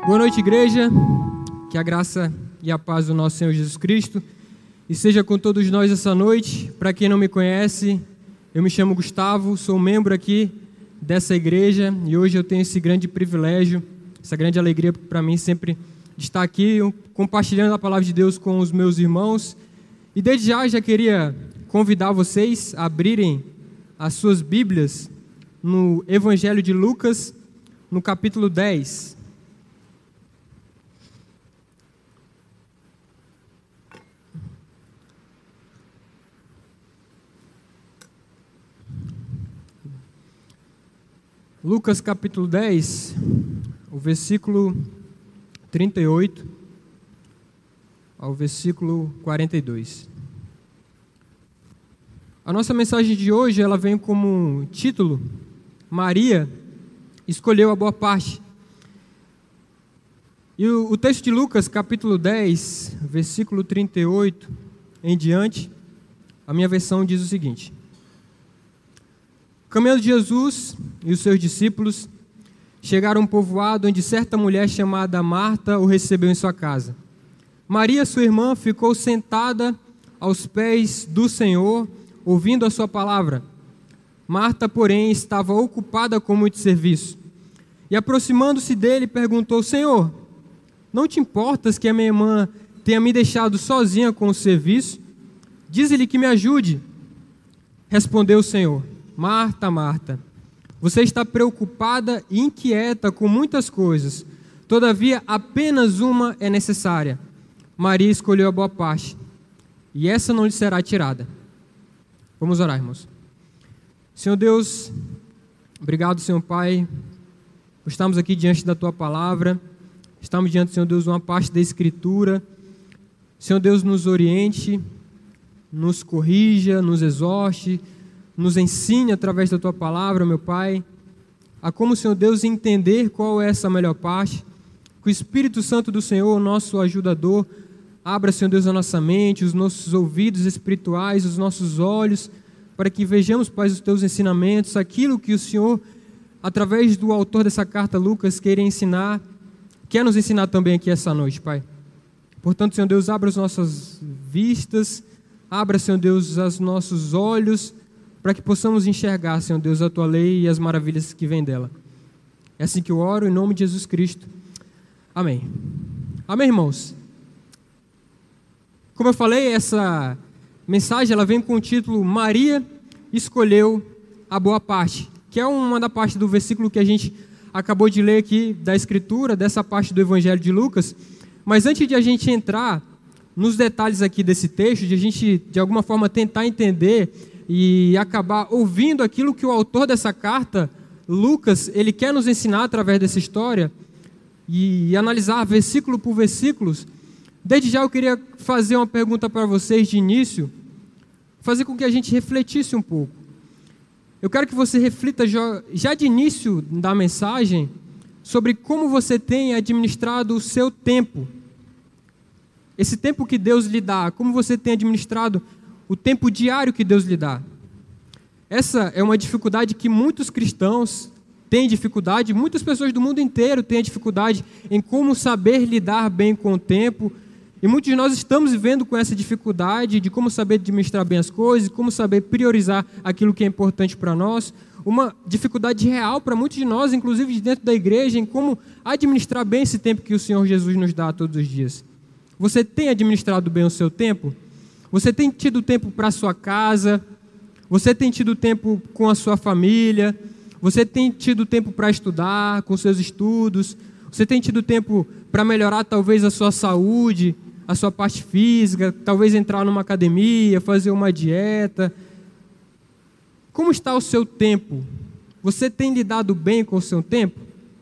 Boa noite, igreja. Que a graça e a paz do nosso Senhor Jesus Cristo esteja com todos nós essa noite. Para quem não me conhece, eu me chamo Gustavo, sou membro aqui dessa igreja e hoje eu tenho esse grande privilégio, essa grande alegria para mim sempre de estar aqui compartilhando a palavra de Deus com os meus irmãos. E desde já queria convidar vocês a abrirem as suas Bíblias no Evangelho de Lucas, no capítulo 10. Lucas capítulo 10, o versículo 38 ao versículo 42. A nossa mensagem de hoje, ela vem como título: Maria escolheu a boa parte. E o texto de Lucas capítulo 10, versículo 38 em diante, a minha versão diz o seguinte: Caminhando Jesus e os seus discípulos chegaram a um povoado onde certa mulher chamada Marta o recebeu em sua casa. Maria, sua irmã, ficou sentada aos pés do Senhor, ouvindo a sua palavra. Marta, porém, estava ocupada com muito serviço. E aproximando-se dele, perguntou: Senhor, não te importas que a minha irmã tenha me deixado sozinha com o serviço? Dize-lhe que me ajude. Respondeu o Senhor: Marta, Marta, você está preocupada e inquieta com muitas coisas. Todavia, apenas uma é necessária. Maria escolheu a boa parte, e essa não lhe será tirada. Vamos orar, irmãos. Senhor Deus, obrigado, Senhor Pai, por estarmos aqui diante da Tua palavra. Estamos diante, Senhor Deus, de uma parte da Escritura. Senhor Deus, nos oriente, nos corrija, nos exorte, nos ensine através da Tua palavra, meu Pai, a como, Senhor Deus, entender qual é essa melhor parte. Que o Espírito Santo do Senhor, o nosso ajudador, abra, Senhor Deus, a nossa mente, os nossos ouvidos espirituais, os nossos olhos, para que vejamos, Pai, os Teus ensinamentos, aquilo que o Senhor, através do autor dessa carta, Lucas, quer nos ensinar também aqui essa noite, Pai. Portanto, Senhor Deus, abra as nossas vistas, abra, Senhor Deus, os nossos olhos, para que possamos enxergar, Senhor Deus, a Tua lei e as maravilhas que vêm dela. É assim que eu oro, em nome de Jesus Cristo. Amém. Amém, irmãos? Como eu falei, essa mensagem ela vem com o título Maria escolheu a boa parte, que é uma da parte do versículo que a gente acabou de ler aqui da Escritura, dessa parte do Evangelho de Lucas. Mas antes de a gente entrar nos detalhes aqui desse texto, de a gente, de alguma forma, tentar entender e acabar ouvindo aquilo que o autor dessa carta, Lucas, ele quer nos ensinar através dessa história e analisar versículo por versículo. Desde já eu queria fazer uma pergunta para vocês de início, fazer com que a gente refletisse um pouco. Eu quero que você reflita já de início da mensagem sobre como você tem administrado o seu tempo. Esse tempo que Deus lhe dá, como você tem administrado o tempo diário que Deus lhe dá. Essa é uma dificuldade que muitos cristãos têm dificuldade, muitas pessoas do mundo inteiro têm dificuldade em como saber lidar bem com o tempo, e muitos de nós estamos vivendo com essa dificuldade de como saber administrar bem as coisas, como saber priorizar aquilo que é importante para nós, uma dificuldade real para muitos de nós, inclusive dentro da igreja, em como administrar bem esse tempo que o Senhor Jesus nos dá todos os dias. Você tem administrado bem o seu tempo? Você tem tido tempo para a sua casa? Você tem tido tempo com a sua família? Você tem tido tempo para estudar, com seus estudos? Você tem tido tempo para melhorar talvez a sua saúde, a sua parte física, talvez entrar numa academia, fazer uma dieta? Como está o seu tempo? Você tem lidado bem com o seu tempo?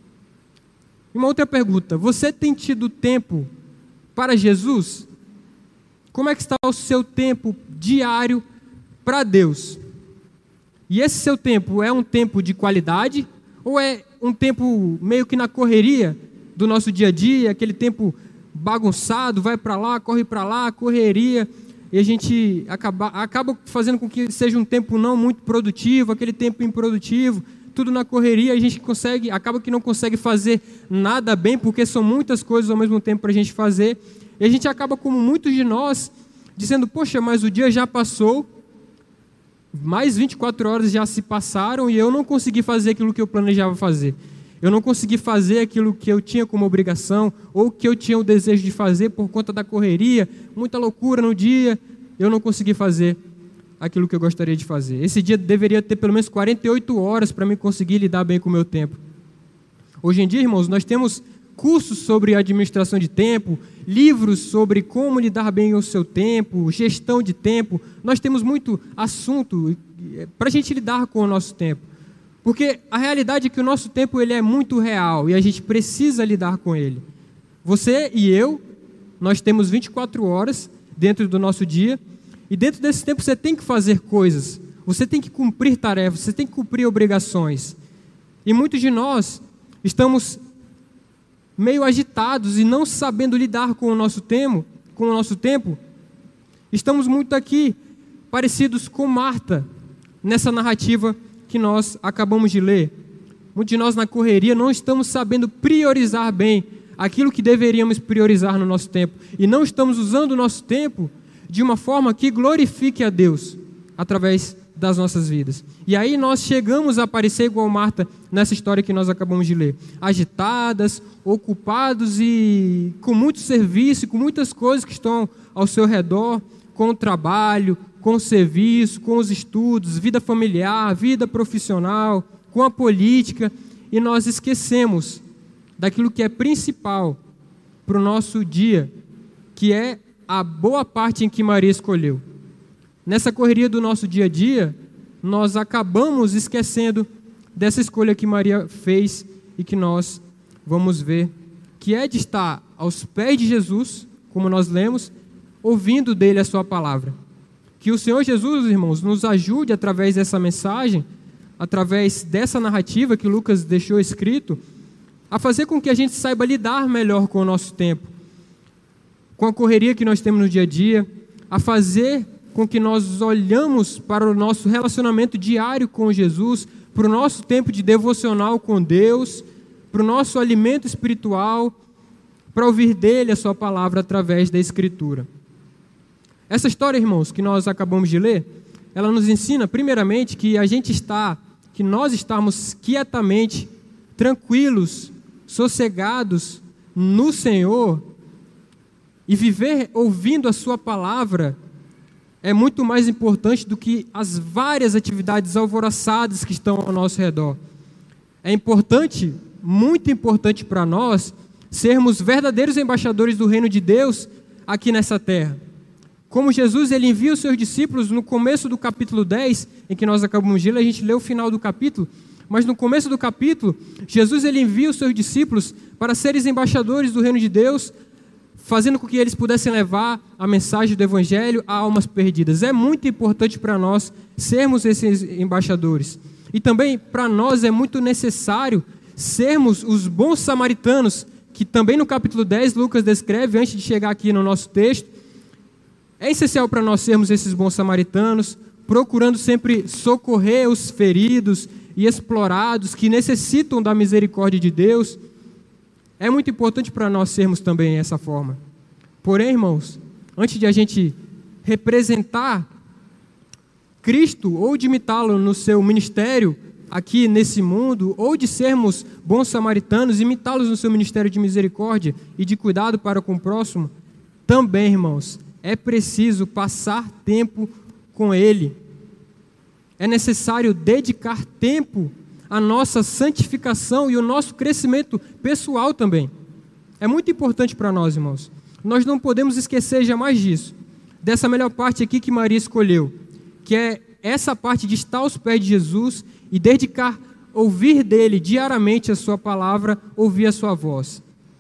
E uma outra pergunta: você tem tido tempo para Jesus? Como é que está o seu tempo diário para Deus? E esse seu tempo é um tempo de qualidade ou é um tempo meio que na correria do nosso dia a dia, aquele tempo bagunçado, vai para lá, correria, e a gente acaba fazendo com que seja um tempo não muito produtivo, aquele tempo improdutivo, tudo na correria, a gente acaba que não consegue fazer nada bem, porque são muitas coisas ao mesmo tempo para a gente fazer, e a gente acaba, como muitos de nós, dizendo, poxa, mas o dia já passou, mais 24 horas já se passaram e eu não consegui fazer aquilo que eu planejava fazer. Eu não consegui fazer aquilo que eu tinha como obrigação, ou que eu tinha o desejo de fazer por conta da correria, muita loucura no dia, eu não consegui fazer aquilo que eu gostaria de fazer. Esse dia deveria ter pelo menos 48 horas para me conseguir lidar bem com o meu tempo. Hoje em dia, irmãos, nós temos cursos sobre administração de tempo, livros sobre como lidar bem com o seu tempo, gestão de tempo. Nós temos muito assunto para a gente lidar com o nosso tempo. Porque a realidade é que o nosso tempo ele é muito real e a gente precisa lidar com ele. Você e eu, nós temos 24 horas dentro do nosso dia e dentro desse tempo você tem que fazer coisas, você tem que cumprir tarefas, você tem que cumprir obrigações. E muitos de nós estamos meio agitados e não sabendo lidar com o nosso tempo, estamos muito aqui parecidos com Marta nessa narrativa que nós acabamos de ler. Muitos de nós na correria não estamos sabendo priorizar bem aquilo que deveríamos priorizar no nosso tempo e não estamos usando o nosso tempo de uma forma que glorifique a Deus através das nossas vidas. E aí nós chegamos a parecer igual Marta nessa história que nós acabamos de ler. Agitadas, ocupados e com muito serviço, com muitas coisas que estão ao seu redor, com o trabalho, com o serviço, com os estudos, vida familiar, vida profissional, com a política, e nós esquecemos daquilo que é principal para o nosso dia, que é a boa parte em que Maria escolheu. Nessa correria do nosso dia a dia, nós acabamos esquecendo dessa escolha que Maria fez e que nós vamos ver, que é de estar aos pés de Jesus, como nós lemos, ouvindo dele a sua palavra. Que o Senhor Jesus, irmãos, nos ajude através dessa mensagem, através dessa narrativa que Lucas deixou escrito, a fazer com que a gente saiba lidar melhor com o nosso tempo, com a correria que nós temos no dia a dia, a fazer com que nós olhamos para o nosso relacionamento diário com Jesus, para o nosso tempo de devocional com Deus, para o nosso alimento espiritual, para ouvir dele a sua palavra através da Escritura. Essa história, irmãos, que nós acabamos de ler, ela nos ensina, primeiramente, que nós estamos quietamente, tranquilos, sossegados no Senhor e viver ouvindo a sua palavra é muito mais importante do que as várias atividades alvoroçadas que estão ao nosso redor. É importante, muito importante para nós, sermos verdadeiros embaixadores do reino de Deus aqui nessa terra. Como Jesus ele envia os seus discípulos no começo do capítulo 10, em que nós acabamos de ler, a gente leu o final do capítulo, mas no começo do capítulo, Jesus ele envia os seus discípulos para serem embaixadores do reino de Deus, fazendo com que eles pudessem levar a mensagem do Evangelho a almas perdidas. É muito importante para nós sermos esses embaixadores. E também para nós é muito necessário sermos os bons samaritanos, que também no capítulo 10 Lucas descreve, antes de chegar aqui no nosso texto. É essencial para nós sermos esses bons samaritanos, procurando sempre socorrer os feridos e explorados que necessitam da misericórdia de Deus. É muito importante para nós sermos também dessa forma. Porém, irmãos, antes de a gente representar Cristo ou de imitá-lo no seu ministério aqui nesse mundo, ou de sermos bons samaritanos, imitá-los no seu ministério de misericórdia e de cuidado para com o próximo, também, irmãos, é preciso passar tempo com Ele. É necessário dedicar tempo à nossa santificação e ao nosso crescimento pessoal também. É muito importante para nós, irmãos. Nós não podemos esquecer jamais disso. Dessa melhor parte aqui que Maria escolheu, que é essa parte de estar aos pés de Jesus e dedicar, ouvir dele diariamente a sua palavra, ouvir a sua voz.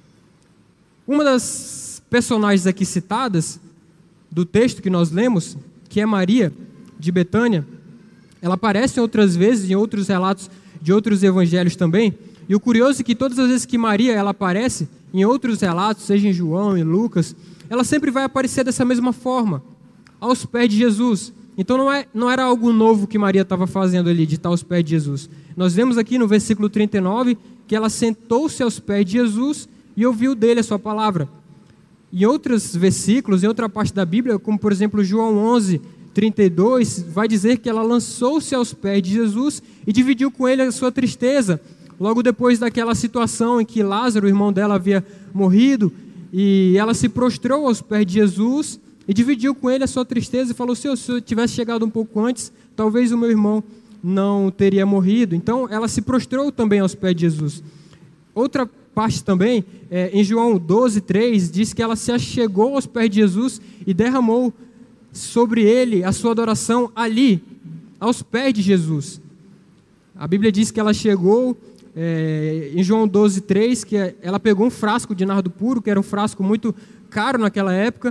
Uma das personagens aqui citadas do texto que nós lemos, que é Maria de Betânia, ela aparece outras vezes em outros relatos de outros evangelhos também, e o curioso é que todas as vezes que Maria ela aparece em outros relatos, seja em João e Lucas, ela sempre vai aparecer dessa mesma forma, aos pés de Jesus, Então não era algo novo que Maria estava fazendo ali, de estar aos pés de Jesus. Nós vemos aqui no versículo 39 que ela sentou-se aos pés de Jesus e ouviu dele a sua palavra. Em outros versículos, em outra parte da Bíblia, como por exemplo João 11, 32, vai dizer que ela lançou-se aos pés de Jesus e dividiu com ele a sua tristeza. Logo depois daquela situação em que Lázaro, o irmão dela, havia morrido, e ela se prostrou aos pés de Jesus e dividiu com ele a sua tristeza e falou: se eu tivesse chegado um pouco antes, talvez o meu irmão não teria morrido. Então ela se prostrou também aos pés de Jesus. Outra parte também, em João 12, 3, diz que ela se achegou aos pés de Jesus e derramou sobre ele a sua adoração ali, aos pés de Jesus. A Bíblia diz que ela chegou, em João 12, 3, que ela pegou um frasco de nardo puro, que era um frasco muito caro naquela época,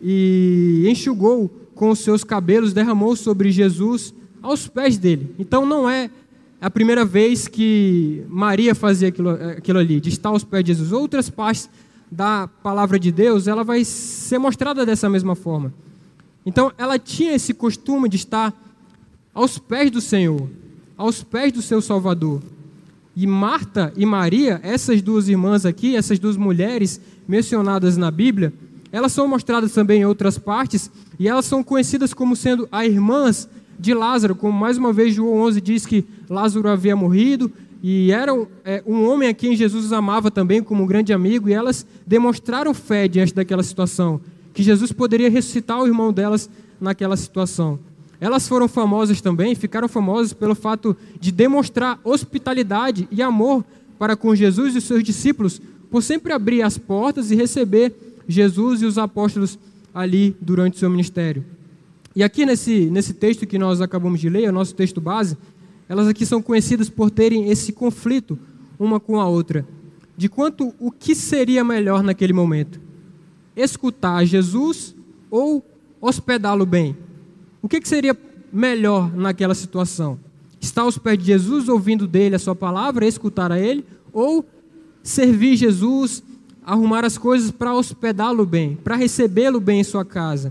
e enxugou com os seus cabelos, derramou sobre Jesus, aos pés dele. Então não é a primeira vez que Maria fazia aquilo ali, de estar aos pés de Jesus. Outras partes da palavra de Deus, ela vai ser mostrada dessa mesma forma. Então ela tinha esse costume de estar aos pés do Senhor, aos pés do seu Salvador. E Marta e Maria, essas duas irmãs aqui, essas duas mulheres mencionadas na Bíblia, elas são mostradas também em outras partes, e elas são conhecidas como sendo as irmãs de Lázaro, como mais uma vez João 11 diz que Lázaro havia morrido, e era um homem a quem Jesus amava também como um grande amigo, e elas demonstraram fé diante daquela situação, que Jesus poderia ressuscitar o irmão delas naquela situação. Elas foram famosas também, ficaram famosas pelo fato de demonstrar hospitalidade e amor para com Jesus e os seus discípulos, por sempre abrir as portas e receber Jesus e os apóstolos ali durante o seu ministério. E aqui nesse texto que nós acabamos de ler, é o nosso texto base, elas aqui são conhecidas por terem esse conflito uma com a outra, de quanto o que seria melhor naquele momento, escutar Jesus ou hospedá-lo bem. O que seria melhor naquela situação? Estar aos pés de Jesus, ouvindo dele a sua palavra, escutar a ele, ou servir Jesus, arrumar as coisas para hospedá-lo bem, para recebê-lo bem em sua casa.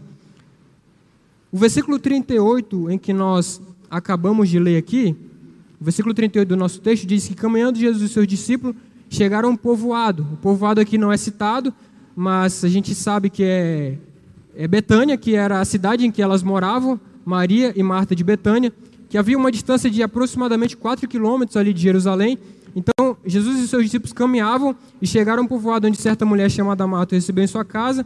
O versículo 38, em que nós acabamos de ler aqui, o versículo 38 do nosso texto diz que caminhando Jesus e seus discípulos chegaram a um povoado. O povoado aqui não é citado, mas a gente sabe que é Betânia, que era a cidade em que elas moravam, Maria e Marta de Betânia, que havia uma distância de aproximadamente 4 quilômetros ali de Jerusalém. Então, Jesus e seus discípulos caminhavam e chegaram a um povoado onde certa mulher chamada Marta recebeu em sua casa.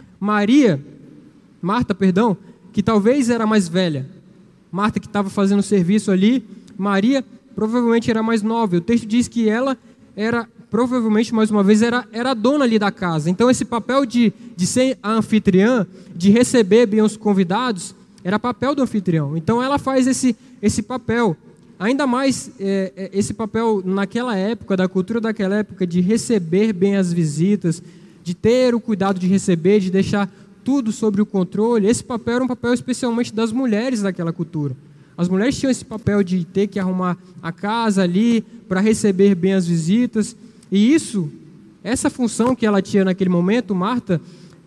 Marta, que talvez era mais velha. Marta que estava fazendo serviço ali, Maria provavelmente era mais nova. O texto diz que ela era, provavelmente, mais uma vez, era a dona ali da casa. Então, esse papel de ser a anfitriã, de receber bem os convidados, era papel do anfitrião. Então, ela faz esse papel. Ainda mais esse papel naquela época, da cultura daquela época, de receber bem as visitas, de ter o cuidado de receber, de deixar tudo sobre o controle. Esse papel era um papel especialmente das mulheres daquela cultura. As mulheres tinham esse papel de ter que arrumar a casa ali para receber bem as visitas. E essa função que ela tinha naquele momento, Marta,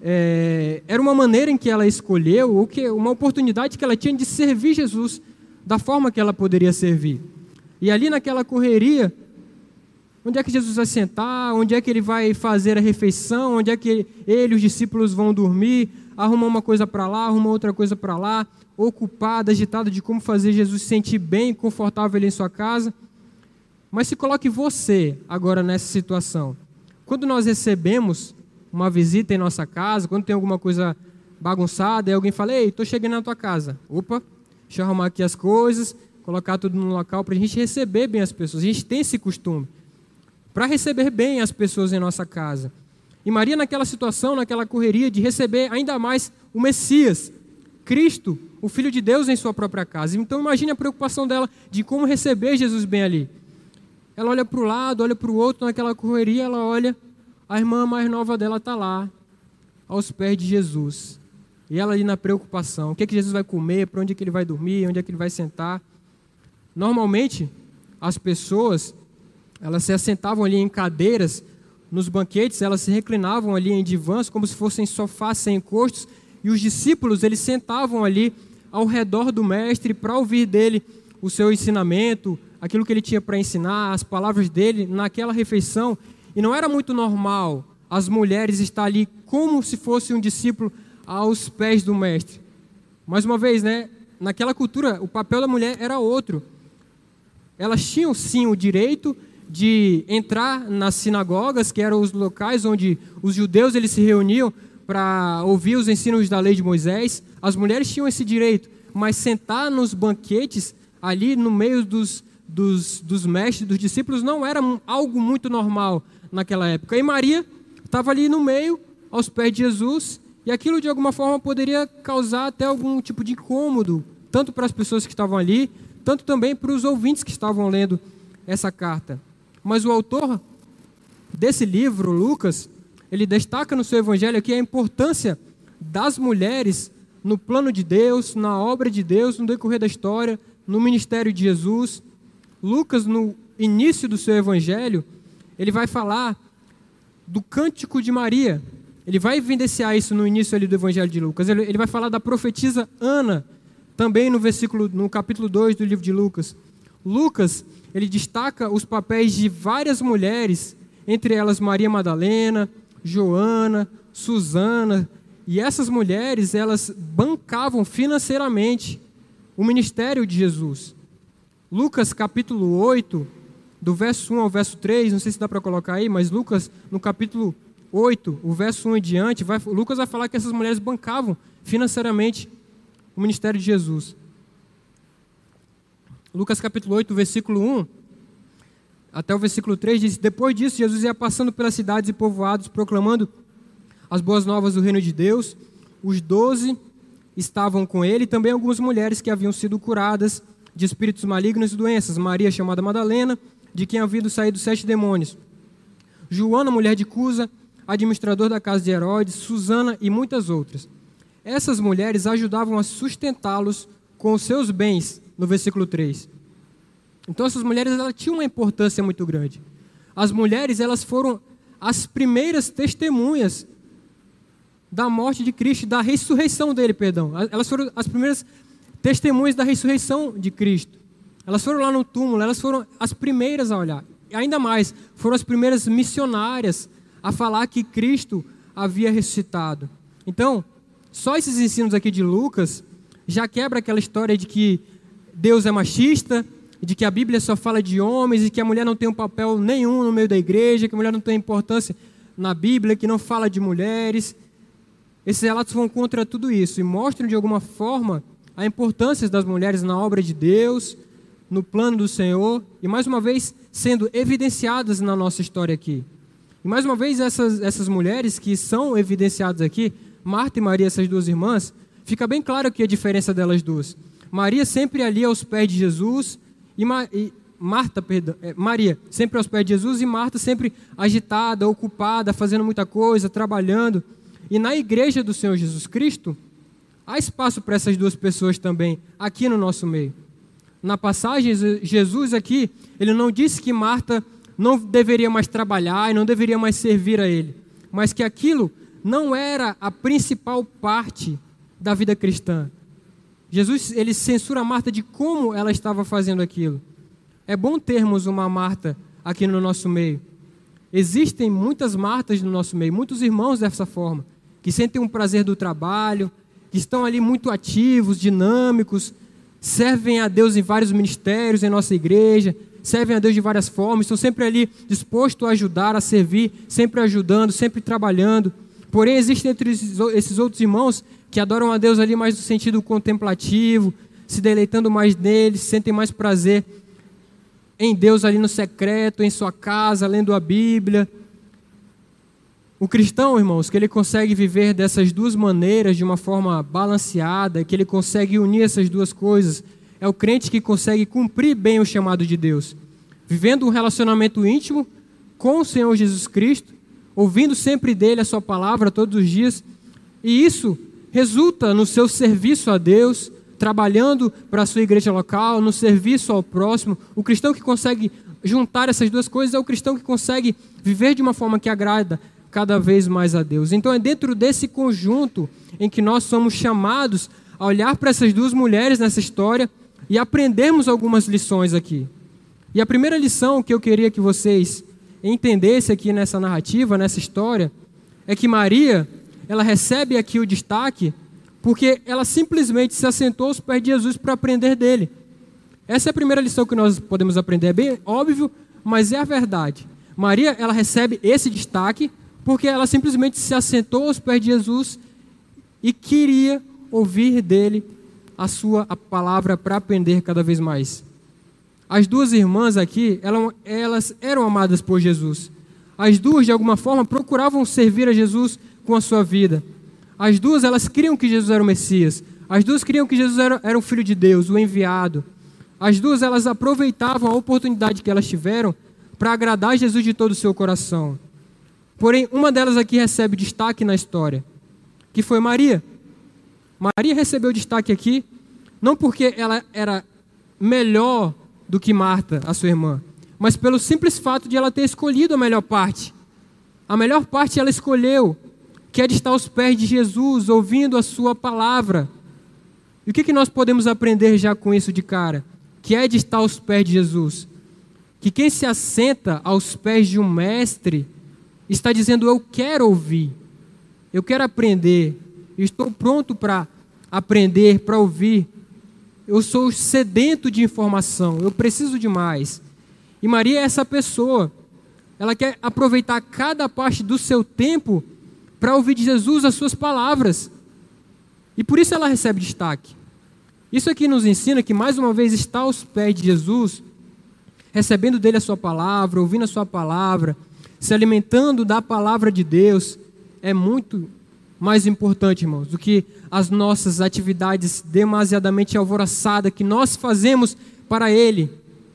era uma maneira em que ela escolheu, ou uma oportunidade que ela tinha de servir Jesus da forma que ela poderia servir. E ali naquela correria, onde é que Jesus vai sentar? Onde é que ele vai fazer a refeição? Onde é que ele e os discípulos vão dormir? Arrumar uma coisa para lá, arrumar outra coisa para lá, ocupada, agitada de como fazer Jesus se sentir bem, confortável ali em sua casa. Mas se coloque você agora nessa situação. Quando nós recebemos uma visita em nossa casa, quando tem alguma coisa bagunçada, e alguém fala: ei, estou chegando na tua casa. Opa, deixa eu arrumar aqui as coisas, colocar tudo no local para a gente receber bem as pessoas. A gente tem esse costume para receber bem as pessoas em nossa casa. E Maria, naquela situação, naquela correria de receber ainda mais o Messias, Cristo, o Filho de Deus, em sua própria casa. Então imagine a preocupação dela de como receber Jesus bem ali. Ela olha para o lado, olha para o outro, naquela correria, ela olha, a irmã mais nova dela está lá, aos pés de Jesus. E ela ali na preocupação, o que Jesus vai comer, para onde é que ele vai dormir, onde é que ele vai sentar. Normalmente, as pessoas, elas se assentavam ali em cadeiras, nos banquetes, elas se reclinavam ali em divãs, como se fossem sofás sem encostos, e os discípulos, eles sentavam ali ao redor do mestre para ouvir dele o seu ensinamento, aquilo que ele tinha para ensinar, as palavras dele naquela refeição. E não era muito normal as mulheres estar ali como se fosse um discípulo aos pés do mestre. Mais uma vez, naquela cultura, o papel da mulher era outro. Elas tinham sim o direito de entrar nas sinagogas, que eram os locais onde os judeus eles se reuniam para ouvir os ensinos da lei de Moisés. As mulheres tinham esse direito, mas sentar nos banquetes, ali no meio dos mestres, dos discípulos, não era algo muito normal naquela época. E Maria estava ali no meio, aos pés de Jesus, e aquilo de alguma forma poderia causar até algum tipo de incômodo, tanto para as pessoas que estavam ali, tanto também para os ouvintes que estavam lendo essa carta. Mas o autor desse livro, Lucas, ele destaca no seu evangelho aqui a importância das mulheres no plano de Deus, na obra de Deus, no decorrer da história, no ministério de Jesus. Lucas, no início do seu evangelho, ele vai falar do cântico de Maria. Ele vai evidenciar isso no início ali do evangelho de Lucas. Ele vai falar da profetisa Ana, também no capítulo 2 do livro de Lucas. Lucas, ele destaca os papéis de várias mulheres, entre elas Maria Madalena, Joana, Susana, e essas mulheres, elas bancavam financeiramente o ministério de Jesus. Lucas capítulo 8, do verso 1 ao verso 3, não sei se dá para colocar aí, mas Lucas, no capítulo 8, o verso 1 em diante, Lucas vai falar que essas mulheres bancavam financeiramente o ministério de Jesus. Lucas capítulo 8, versículo 1 até o versículo 3 diz: depois disso, Jesus ia passando pelas cidades e povoados, proclamando as boas novas do reino de Deus. Os 12 estavam com ele, e também algumas mulheres que haviam sido curadas de espíritos malignos e doenças. Maria, chamada Madalena, de quem haviam saído 7 demônios. Joana, mulher de Cusa, administrador da casa de Herodes, Susana e muitas outras. Essas mulheres ajudavam a sustentá-los com os seus bens, no versículo 3. Então essas mulheres elas tinham uma importância muito grande. As mulheres elas foram as primeiras testemunhas da morte de Cristo, da ressurreição dele, perdão. Elas foram as primeiras testemunhas da ressurreição de Cristo. Elas foram lá no túmulo, elas foram as primeiras a olhar. E ainda mais, foram as primeiras missionárias a falar que Cristo havia ressuscitado. Então, só esses ensinos aqui de Lucas já quebra aquela história de que Deus é machista, de que a Bíblia só fala de homens e que a mulher não tem um papel nenhum no meio da igreja, que a mulher não tem importância na Bíblia, que não fala de mulheres. Esses relatos vão contra tudo isso e mostram de alguma forma a importância das mulheres na obra de Deus, no plano do Senhor, e mais uma vez sendo evidenciadas na nossa história aqui. E mais uma vez essas mulheres que são evidenciadas aqui, Marta e Maria, essas duas irmãs, fica bem claro aqui a diferença delas duas. Maria sempre ali aos pés de Jesus, Maria sempre aos pés de Jesus, e Marta sempre agitada, ocupada, fazendo muita coisa, trabalhando. E na igreja do Senhor Jesus Cristo, há espaço para essas duas pessoas também, aqui no nosso meio. Na passagem, Jesus aqui, ele não disse que Marta não deveria mais trabalhar e não deveria mais servir a ele, mas que aquilo não era a principal parte da vida cristã. Jesus, ele censura Marta de como ela estava fazendo aquilo. É bom termos uma Marta aqui no nosso meio. Existem muitas Martas no nosso meio, muitos irmãos dessa forma, que sentem um prazer do trabalho, que estão ali muito ativos, dinâmicos, servem a Deus em vários ministérios em nossa igreja, servem a Deus de várias formas, estão sempre ali dispostos a ajudar, a servir, sempre ajudando, sempre trabalhando. Porém, existem entre esses outros irmãos que adoram a Deus ali mais no sentido contemplativo, se deleitando mais nele, sentem mais prazer em Deus ali no secreto, em sua casa, lendo a Bíblia. O cristão, irmãos, que ele consegue viver dessas duas maneiras de uma forma balanceada, que ele consegue unir essas duas coisas, é o crente que consegue cumprir bem o chamado de Deus, vivendo um relacionamento íntimo com o Senhor Jesus Cristo, ouvindo sempre dele a sua palavra todos os dias, e isso resulta no seu serviço a Deus, trabalhando para a sua igreja local, no serviço ao próximo. O cristão que consegue juntar essas duas coisas é o cristão que consegue viver de uma forma que agrada cada vez mais a Deus. Então é dentro desse conjunto em que nós somos chamados a olhar para essas duas mulheres nessa história e aprendermos algumas lições aqui. E a primeira lição que eu queria que vocês entendessem aqui nessa narrativa, nessa história, é que Maria, ela recebe aqui o destaque porque ela simplesmente se assentou aos pés de Jesus para aprender dele. Essa é a primeira lição que nós podemos aprender. É bem óbvio, mas é a verdade. Maria, ela recebe esse destaque porque ela simplesmente se assentou aos pés de Jesus e queria ouvir dele a palavra para aprender cada vez mais. As duas irmãs aqui, elas eram amadas por Jesus. As duas, de alguma forma, procuravam servir a Jesus com a sua vida. As duas, elas criam que Jesus era o Messias. As duas criam que Jesus era o Filho de Deus, o enviado. As duas, elas aproveitavam a oportunidade que elas tiveram para agradar Jesus de todo o seu coração. Porém, uma delas aqui recebe destaque na história, que foi Maria. Maria recebeu destaque aqui, não porque ela era melhor do que Marta, a sua irmã, mas pelo simples fato de ela ter escolhido a melhor parte. A melhor parte ela escolheu, que é de estar aos pés de Jesus, ouvindo a sua palavra. E o que nós podemos aprender já com isso de cara? Que é de estar aos pés de Jesus. Que quem se assenta aos pés de um mestre está dizendo: eu quero ouvir, eu quero aprender, eu estou pronto para aprender, para ouvir. Eu sou sedento de informação, eu preciso de mais. E Maria é essa pessoa. Ela quer aproveitar cada parte do seu tempo para ouvir de Jesus as suas palavras. E por isso ela recebe destaque. Isso aqui nos ensina que, mais uma vez, estar aos pés de Jesus, recebendo dele a sua palavra, ouvindo a sua palavra, se alimentando da palavra de Deus, é muito mais importante, irmãos, do que as nossas atividades demasiadamente alvoroçadas que nós fazemos para Ele.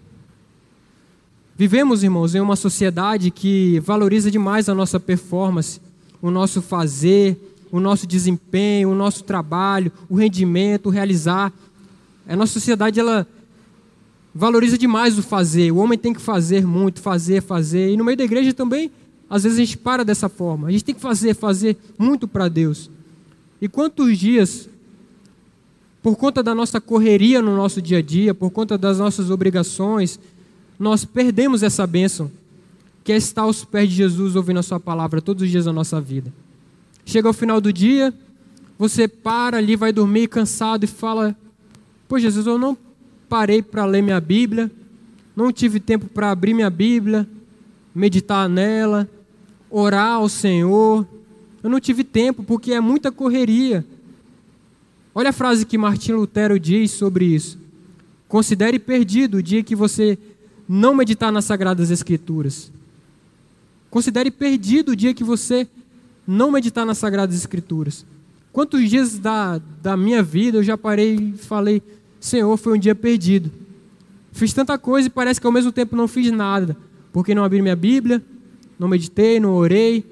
Vivemos, irmãos, em uma sociedade que valoriza demais a nossa performance, o nosso fazer, o nosso desempenho, o nosso trabalho, o rendimento, o realizar. A nossa sociedade, ela valoriza demais o fazer. O homem tem que fazer muito, fazer. E no meio da igreja também, às vezes a gente para dessa forma. A gente tem que fazer muito para Deus. E quantos dias, por conta da nossa correria no nosso dia a dia, por conta das nossas obrigações, nós perdemos essa bênção, que é estar aos pés de Jesus, ouvindo a sua palavra todos os dias da nossa vida. Chega ao final do dia, você para ali, vai dormir cansado e fala: pô, Jesus, eu não parei para ler minha Bíblia, não tive tempo para abrir minha Bíblia, meditar nela, orar ao Senhor. Eu não tive tempo porque é muita correria. Olha a frase que Martinho Lutero diz sobre isso: considere perdido o dia que você não meditar nas Sagradas Escrituras. Considere perdido o dia que você não meditar nas Sagradas Escrituras. Quantos dias da minha vida eu já parei e falei: Senhor, foi um dia perdido. Fiz tanta coisa e parece que ao mesmo tempo não fiz nada, porque não abri minha Bíblia, não meditei, não orei.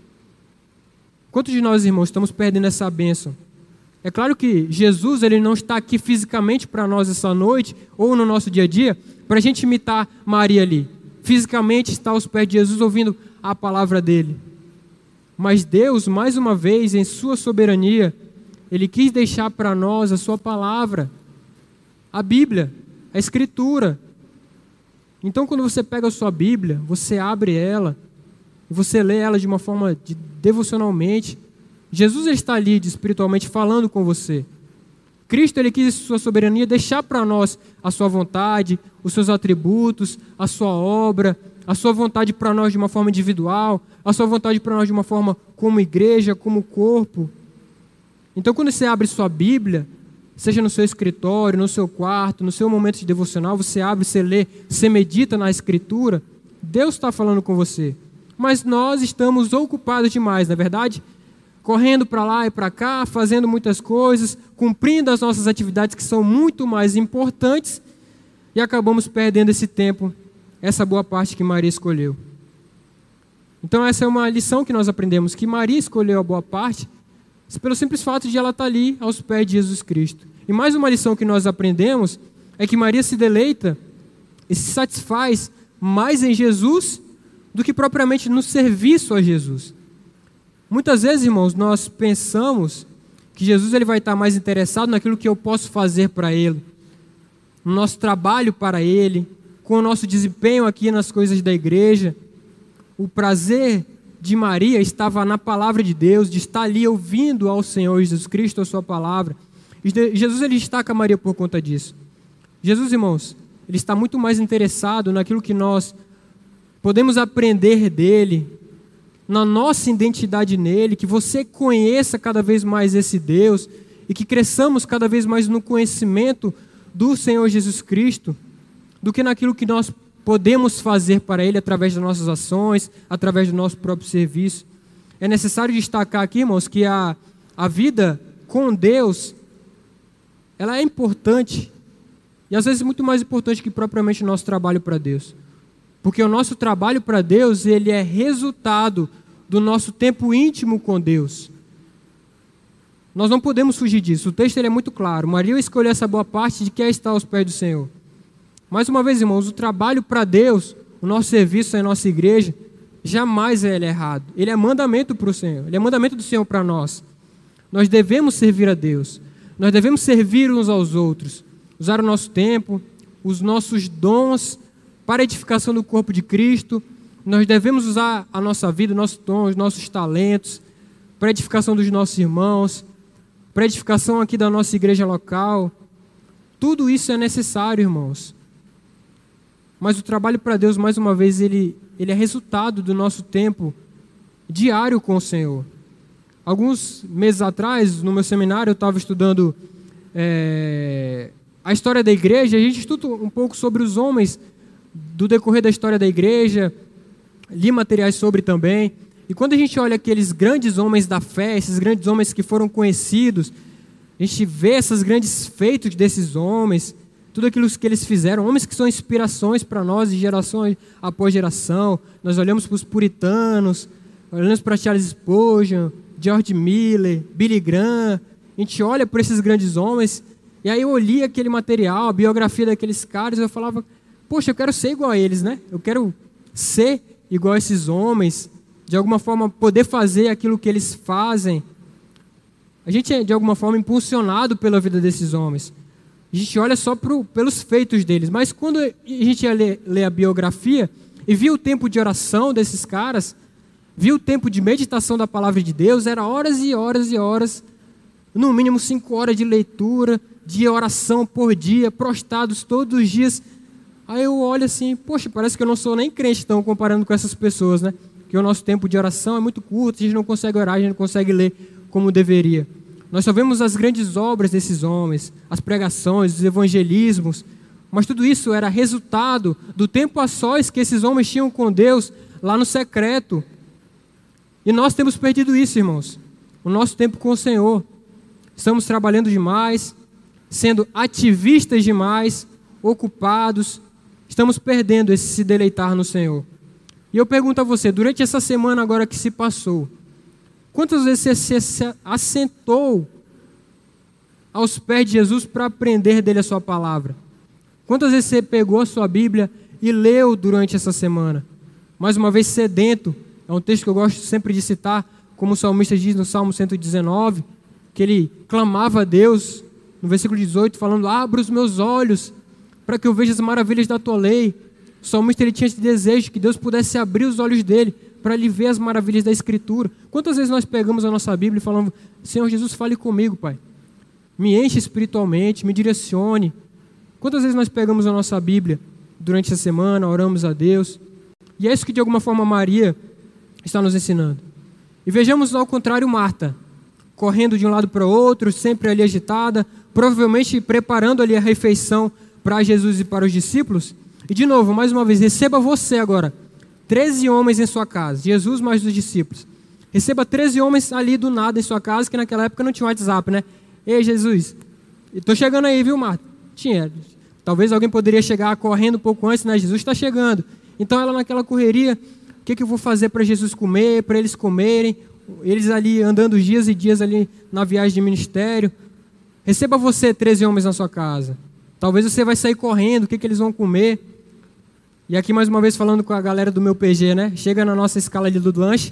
Quantos de nós, irmãos, estamos perdendo essa bênção? É claro que Jesus, ele não está aqui fisicamente para nós essa noite, ou no nosso dia a dia, para a gente imitar Maria ali. Fisicamente estar aos pés de Jesus, ouvindo a palavra dele. Mas Deus, mais uma vez, em sua soberania, Ele quis deixar para nós a sua palavra, a Bíblia, a Escritura. Então, quando você pega a sua Bíblia, você abre ela, e você lê ela de uma forma devocionalmente, Jesus está ali espiritualmente falando com você. Cristo, Ele quis, em sua soberania, deixar para nós a sua vontade, os seus atributos, a sua obra, a sua vontade para nós de uma forma individual, a sua vontade para nós de uma forma como igreja, como corpo. Então, quando você abre sua Bíblia, seja no seu escritório, no seu quarto, no seu momento de devocional, você abre, você lê, você medita na Escritura, Deus está falando com você. Mas nós estamos ocupados demais, não é verdade? Correndo para lá e para cá, fazendo muitas coisas, cumprindo as nossas atividades que são muito mais importantes, e acabamos perdendo esse tempo, essa boa parte que Maria escolheu. Então essa é uma lição que nós aprendemos, que Maria escolheu a boa parte pelo simples fato de ela estar ali aos pés de Jesus Cristo. E mais uma lição que nós aprendemos é que Maria se deleita e se satisfaz mais em Jesus do que propriamente no serviço a Jesus. Muitas vezes, irmãos, nós pensamos Que Jesus ele vai estar mais interessado naquilo que eu posso fazer para Ele, no nosso trabalho para Ele, com o nosso desempenho aqui nas coisas da igreja. O prazer de Maria estava na palavra de Deus, de estar ali ouvindo ao Senhor Jesus Cristo, a sua palavra. E Jesus ele destaca Maria por conta disso. Jesus, irmãos, ele está muito mais interessado naquilo que nós podemos aprender dele, na nossa identidade nele, que você conheça cada vez mais esse Deus e que cresçamos cada vez mais no conhecimento do Senhor Jesus Cristo, do que naquilo que nós podemos fazer para Ele através das nossas ações, através do nosso próprio serviço. É necessário destacar aqui, irmãos, que a vida com Deus, ela é importante, e às vezes muito mais importante que propriamente o nosso trabalho para Deus. Porque o nosso trabalho para Deus, ele é resultado do nosso tempo íntimo com Deus. Nós não podemos fugir disso. O texto ele é muito claro. Maria escolheu essa boa parte de quer estar aos pés do Senhor. Mais uma vez, irmãos, o trabalho para Deus, o nosso serviço em nossa igreja, jamais ele é errado. Ele é mandamento para o Senhor. Ele é mandamento do Senhor para nós. Nós devemos servir a Deus. Nós devemos servir uns aos outros. Usar o nosso tempo, os nossos dons para a edificação do corpo de Cristo. Nós devemos usar a nossa vida, nossos dons, nossos talentos, para a edificação dos nossos irmãos, para a edificação aqui da nossa igreja local. Tudo isso é necessário, irmãos. Mas o trabalho para Deus, mais uma vez, ele é resultado do nosso tempo diário com o Senhor. Alguns meses atrás, no meu seminário, eu estava estudando a história da igreja. A gente estuda um pouco sobre os homens do decorrer da história da igreja, li materiais sobre também. E quando a gente olha aqueles grandes homens da fé, esses grandes homens que foram conhecidos, a gente vê esses grandes feitos desses homens, tudo aquilo que eles fizeram, homens que são inspirações para nós de geração após geração. Nós olhamos para os puritanos, olhamos para Charles Spurgeon, George Miller, Billy Graham, a gente olha para esses grandes homens, e aí eu olhei aquele material, a biografia daqueles caras, e eu falava, poxa, eu quero ser igual a eles, né? Eu quero ser igual a esses homens, de alguma forma poder fazer aquilo que eles fazem. A gente é de alguma forma impulsionado pela vida desses homens. A gente olha só pelos feitos deles, mas quando a gente ia ler a biografia e via o tempo de oração desses caras, via o tempo de meditação da palavra de Deus, era horas e horas e horas, no mínimo 5 horas de leitura, de oração por dia, prostrados todos os dias. Aí eu olho assim, poxa, parece que eu não sou nem crente, então, comparando com essas pessoas, né? Que o nosso tempo de oração é muito curto, a gente não consegue orar, a gente não consegue ler como deveria. Nós só vemos as grandes obras desses homens, as pregações, os evangelismos, mas tudo isso era resultado do tempo a sós que esses homens tinham com Deus lá no secreto. E nós temos perdido isso, irmãos, o nosso tempo com o Senhor. Estamos trabalhando demais, sendo ativistas demais, ocupados, estamos perdendo esse se deleitar no Senhor. E eu pergunto a você, durante essa semana agora que se passou, quantas vezes você se assentou aos pés de Jesus para aprender dele a sua palavra? Quantas vezes você pegou a sua Bíblia e leu durante essa semana? Mais uma vez, sedento. É um texto que eu gosto sempre de citar, como o salmista diz no Salmo 119, que ele clamava a Deus, no versículo 18, falando, abra os meus olhos para que eu veja as maravilhas da tua lei. O salmista ele tinha esse desejo que Deus pudesse abrir os olhos dele para ele ver as maravilhas da Escritura. Quantas vezes nós pegamos a nossa Bíblia e falamos, Senhor Jesus, fale comigo, Pai. Me enche espiritualmente, me direcione. Quantas vezes nós pegamos a nossa Bíblia durante essa semana, oramos a Deus? E é isso que de alguma forma Maria está nos ensinando. E vejamos ao contrário Marta, correndo de um lado para o outro, sempre ali agitada, provavelmente preparando ali a refeição para Jesus e para os discípulos. E de novo, mais uma vez, receba você agora 13 homens em sua casa, Jesus mais os discípulos. Receba 13 homens ali do nada em sua casa, que naquela época não tinha WhatsApp, né? Ei, Jesus, estou chegando aí, viu, Marta? Tinha. Talvez alguém poderia chegar correndo um pouco antes, né? Jesus está chegando. Então ela naquela correria, o que eu vou fazer para Jesus comer, para eles comerem? Eles ali andando dias e dias ali na viagem de ministério. Receba você 13 homens na sua casa. Talvez você vai sair correndo, o que eles vão comer? E aqui mais uma vez falando com a galera do meu PG, né? Chega na nossa escala ali do lanche,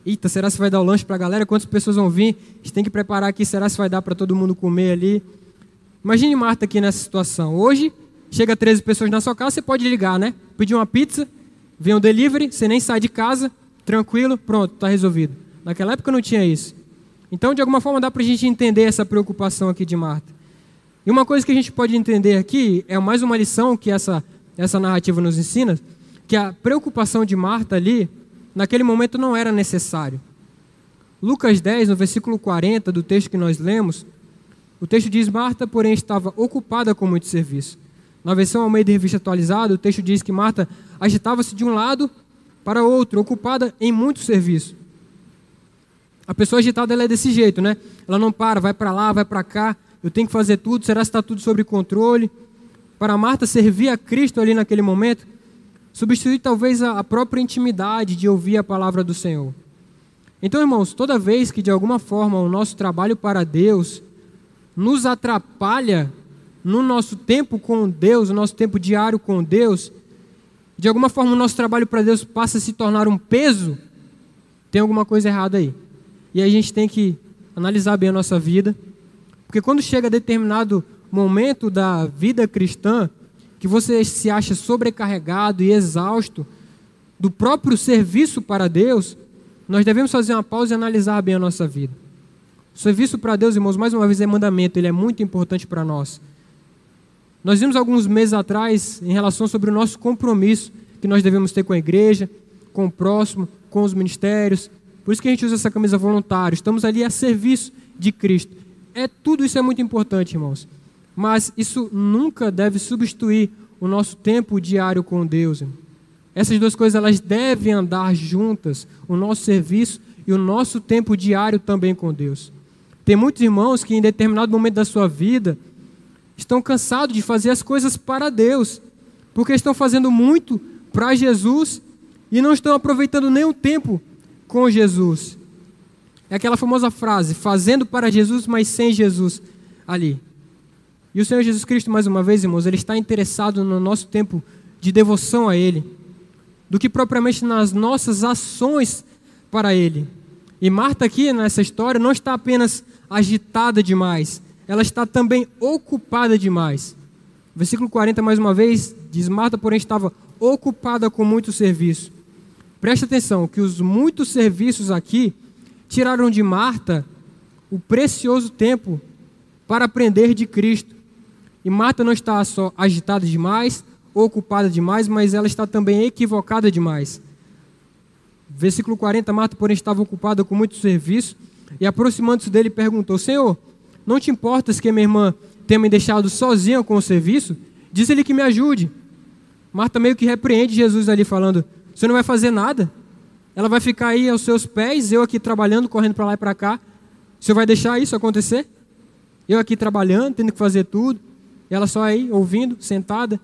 Eita, será que vai dar o lanche para a galera? Quantas pessoas vão vir? A gente tem que preparar aqui, será que vai dar para todo mundo comer ali? Imagine Marta aqui nessa situação. Hoje, chega 13 pessoas na sua casa, você pode ligar, né? Pedir uma pizza, vem um delivery, você nem sai de casa, tranquilo, pronto, está resolvido. Naquela época não tinha isso. Então, de alguma forma, dá para a gente entender essa preocupação aqui de Marta. E uma coisa que a gente pode entender aqui, é mais uma lição que essa narrativa nos ensina, que a preocupação de Marta ali, naquele momento não era necessário. Lucas 10, no versículo 40 do texto que nós lemos, o texto diz: Marta, porém, estava ocupada com muito serviço. Na versão Almeida Revista Atualizada, o texto diz que Marta agitava-se de um lado para outro, ocupada em muito serviço. A pessoa agitada, ela é desse jeito, né? Ela não para, vai para lá, vai para cá, eu tenho que fazer tudo, será que está tudo sob controle? Para Marta, servir a Cristo ali naquele momento, substituir talvez a própria intimidade de ouvir a palavra do Senhor. Então, irmãos, toda vez que de alguma forma o nosso trabalho para Deus nos atrapalha no nosso tempo com Deus, o nosso tempo diário com Deus, de alguma forma o nosso trabalho para Deus passa a se tornar um peso, tem alguma coisa errada aí. E aí a gente tem que analisar bem a nossa vida, porque quando chega determinado momento da vida cristã, que você se acha sobrecarregado e exausto do próprio serviço para Deus, nós devemos fazer uma pausa e analisar bem a nossa vida. O serviço para Deus, irmãos, mais uma vez é mandamento, ele é muito importante para nós. Nós vimos alguns meses atrás em relação sobre o nosso compromisso que nós devemos ter com a igreja, com o próximo, com os ministérios. Por isso que a gente usa essa camisa voluntário. Estamos ali a serviço de Cristo. Tudo isso é muito importante, irmãos. Mas isso nunca deve substituir o nosso tempo diário com Deus. Essas duas coisas, elas devem andar juntas, o nosso serviço e o nosso tempo diário também com Deus. Tem muitos irmãos que em determinado momento da sua vida estão cansados de fazer as coisas para Deus, porque estão fazendo muito para Jesus e não estão aproveitando nem o tempo com Jesus. É aquela famosa frase, fazendo para Jesus, mas sem Jesus ali. E o Senhor Jesus Cristo, mais uma vez, irmãos, Ele está interessado no nosso tempo de devoção a Ele, do que propriamente nas nossas ações para Ele. E Marta aqui, nessa história, não está apenas agitada demais, ela está também ocupada demais. Versículo 40, mais uma vez, diz: Marta, porém, estava ocupada com muito serviço. Presta atenção, que os muitos serviços aqui tiraram de Marta o precioso tempo para aprender de Cristo. E Marta não está só agitada demais, ocupada demais, mas ela está também equivocada demais. Versículo 40, Marta, porém, estava ocupada com muito serviço, e aproximando-se dele, perguntou: Senhor, não te importas que minha irmã tenha me deixado sozinha com o serviço? Diz-lhe que me ajude. Marta meio que repreende Jesus ali, falando: você não vai fazer nada? Ela vai ficar aí aos seus pés, eu aqui trabalhando, correndo para lá e para cá. O Senhor vai deixar isso acontecer? Eu aqui trabalhando, tendo que fazer tudo, e ela só aí, ouvindo, sentada.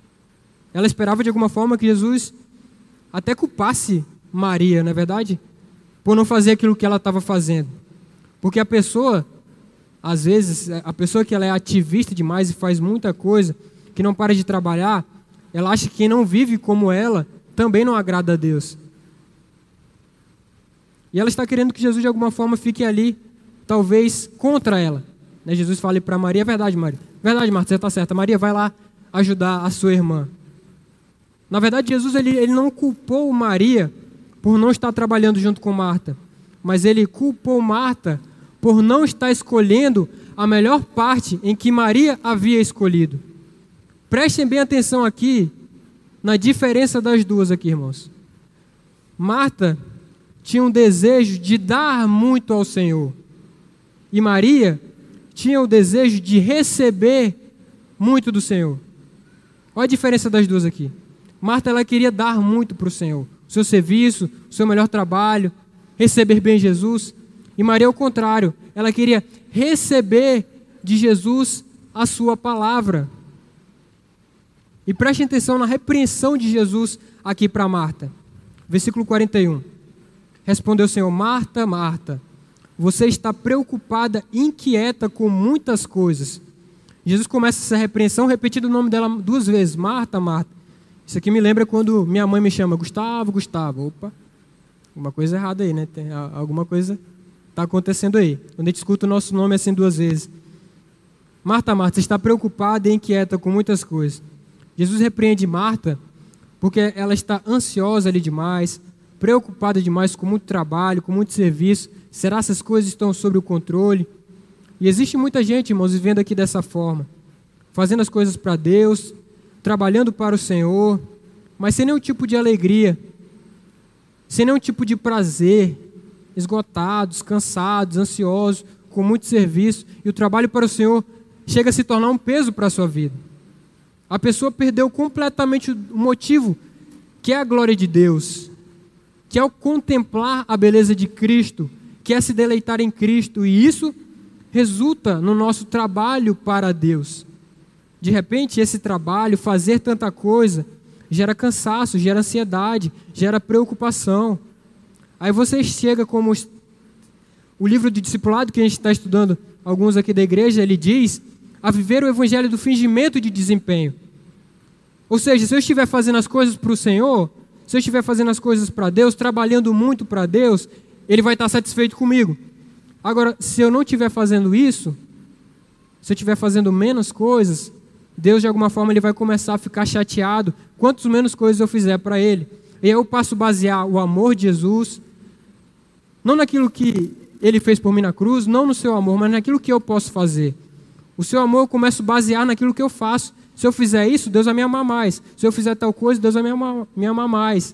Ela esperava de alguma forma que Jesus até culpasse Maria, não é verdade? Por não fazer aquilo que ela estava fazendo. Porque a pessoa, às vezes, a pessoa que ela é ativista demais e faz muita coisa, que não para de trabalhar, ela acha que quem não vive como ela também não agrada a Deus. E ela está querendo que Jesus de alguma forma fique ali, talvez contra ela. Jesus fala para Maria: é verdade, Maria. Verdade, Marta, você está certa. Maria, vai lá ajudar a sua irmã. Na verdade, Jesus ele não culpou Maria por não estar trabalhando junto com Marta, mas ele culpou Marta por não estar escolhendo a melhor parte em que Maria havia escolhido. Prestem bem atenção aqui na diferença das duas aqui, irmãos. Marta tinha um desejo de dar muito ao Senhor, e Maria tinha o desejo de receber muito do Senhor. Olha a diferença das duas aqui. Marta, ela queria dar muito para o Senhor, o seu serviço, o seu melhor trabalho, receber bem Jesus. E Maria, ao contrário, ela queria receber de Jesus a sua palavra. E preste atenção na repreensão de Jesus aqui para Marta. Versículo 41. Respondeu o Senhor: Marta, Marta, você está preocupada, inquieta com muitas coisas. Jesus começa essa repreensão repetindo o nome dela 2 vezes: Marta, Marta. Isso aqui me lembra quando minha mãe me chama: Gustavo, Gustavo. Opa, Alguma coisa errada aí, né? Tem alguma coisa está acontecendo aí. Quando a gente escuta o nosso nome assim 2 vezes. Marta, Marta, você está preocupada e inquieta com muitas coisas. Jesus repreende Marta porque ela está ansiosa ali demais, preocupada demais com muito trabalho, com muito serviço. Será que essas coisas estão sob o controle? E existe muita gente, irmãos, vivendo aqui dessa forma, fazendo as coisas para Deus, trabalhando para o Senhor, mas sem nenhum tipo de alegria, sem nenhum tipo de prazer, esgotados, cansados, ansiosos, com muito serviço, e o trabalho para o Senhor chega a se tornar um peso para a sua vida. A pessoa perdeu completamente o motivo, que é a glória de Deus, que é o contemplar a beleza de Cristo, que é se deleitar em Cristo, e isso resulta no nosso trabalho para Deus. De repente, esse trabalho, fazer tanta coisa, gera cansaço, gera ansiedade, gera preocupação. Aí você chega como o livro de discipulado que a gente está estudando, alguns aqui da igreja, ele diz, a viver o evangelho do fingimento de desempenho. Ou seja, se eu estiver fazendo as coisas para o Senhor, se eu estiver fazendo as coisas para Deus, trabalhando muito para Deus, Ele vai estar satisfeito comigo. Agora, se eu não estiver fazendo isso, se eu estiver fazendo menos coisas, Deus de alguma forma ele vai começar a ficar chateado, quantos menos coisas eu fizer para Ele. E aí eu passo a basear o amor de Jesus, não naquilo que Ele fez por mim na cruz, não no seu amor, mas naquilo que eu posso fazer. O seu amor eu começo a basear naquilo que eu faço. Se eu fizer isso, Deus vai me amar mais. Se eu fizer tal coisa, Deus vai me amar mais.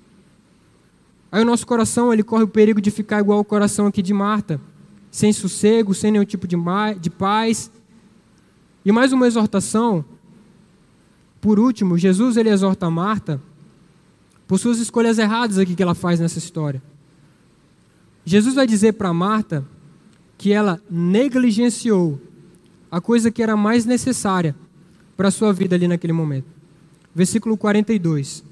Aí o nosso coração ele corre o perigo de ficar igual o coração aqui de Marta, sem sossego, sem nenhum tipo de paz. E mais uma exortação. Por último, Jesus ele exorta Marta por suas escolhas erradas aqui que ela faz nessa história. Jesus vai dizer para Marta que ela negligenciou a coisa que era mais necessária para a sua vida ali naquele momento. Versículo 42.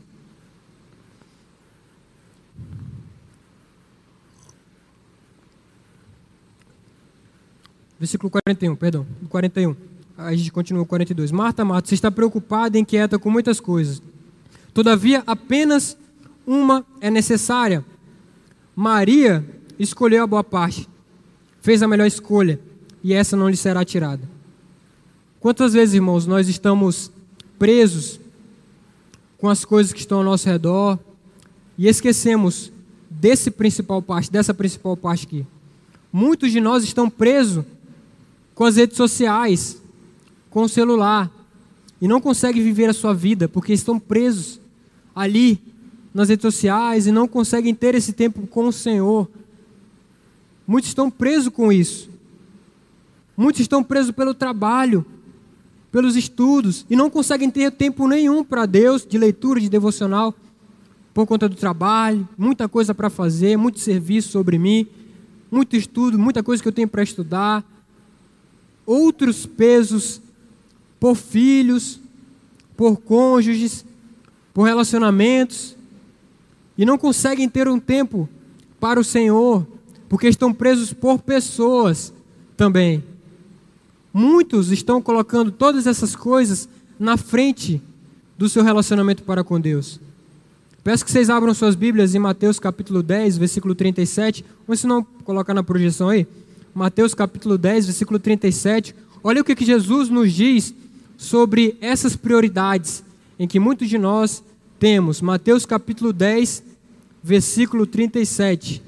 Versículo 41, perdão, 41. Aí a gente continua o 42. Marta, Marta, você está preocupada e inquieta com muitas coisas. Todavia, apenas uma é necessária. Maria escolheu a boa parte, fez a melhor escolha, e essa não lhe será tirada. Quantas vezes, irmãos, nós estamos presos com as coisas que estão ao nosso redor e esquecemos dessa principal parte aqui. Muitos de nós estão presos com as redes sociais, com o celular, e não conseguem viver a sua vida porque estão presos ali nas redes sociais e não conseguem ter esse tempo com o Senhor. Muitos estão presos com isso. Muitos estão presos pelo trabalho, pelos estudos, e não conseguem ter tempo nenhum para Deus, de leitura, de devocional, por conta do trabalho, muita coisa para fazer, muito serviço sobre mim, muito estudo, muita coisa que eu tenho para estudar, outros pesos por filhos, por cônjuges, por relacionamentos, e não conseguem ter um tempo para o Senhor, porque estão presos por pessoas também. Muitos estão colocando todas essas coisas na frente do seu relacionamento para com Deus. Peço que vocês abram suas Bíblias em Mateus capítulo 10, versículo 37. Ou se não, colocar na projeção aí. Mateus capítulo 10, versículo 37. Olha o que Jesus nos diz sobre essas prioridades em que muitos de nós temos. Mateus capítulo 10, versículo 37.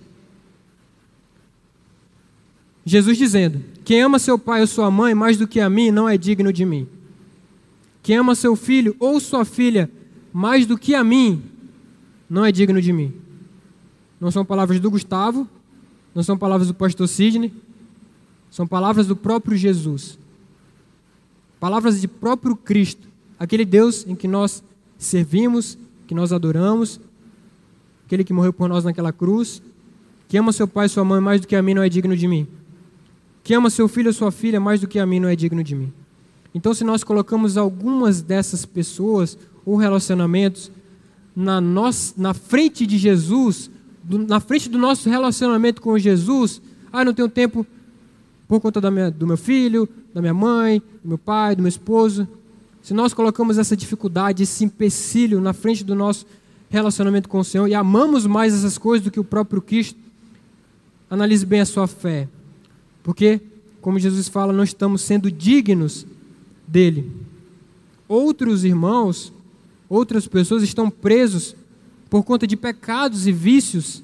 Jesus dizendo: quem ama seu pai ou sua mãe mais do que a mim não é digno de mim. Quem ama seu filho ou sua filha mais do que a mim não é digno de mim. Não são palavras do Gustavo, não são palavras do pastor Sidney, são palavras do próprio Jesus. Palavras de próprio Cristo, aquele Deus em que nós servimos, que nós adoramos, aquele que morreu por nós naquela cruz. Quem ama seu pai e sua mãe mais do que a mim não é digno de mim. Quem ama seu filho ou sua filha mais do que a mim não é digno de mim. Então, se nós colocamos algumas dessas pessoas ou relacionamentos na frente de Jesus, na frente do nosso relacionamento com Jesus, não tenho tempo por conta do meu filho, da minha mãe, do meu pai, do meu esposo. Se nós colocamos essa dificuldade, esse empecilho na frente do nosso relacionamento com o Senhor e amamos mais essas coisas do que o próprio Cristo, analise bem a sua fé. Porque, como Jesus fala, não estamos sendo dignos dele. Outros irmãos, outras pessoas estão presos por conta de pecados e vícios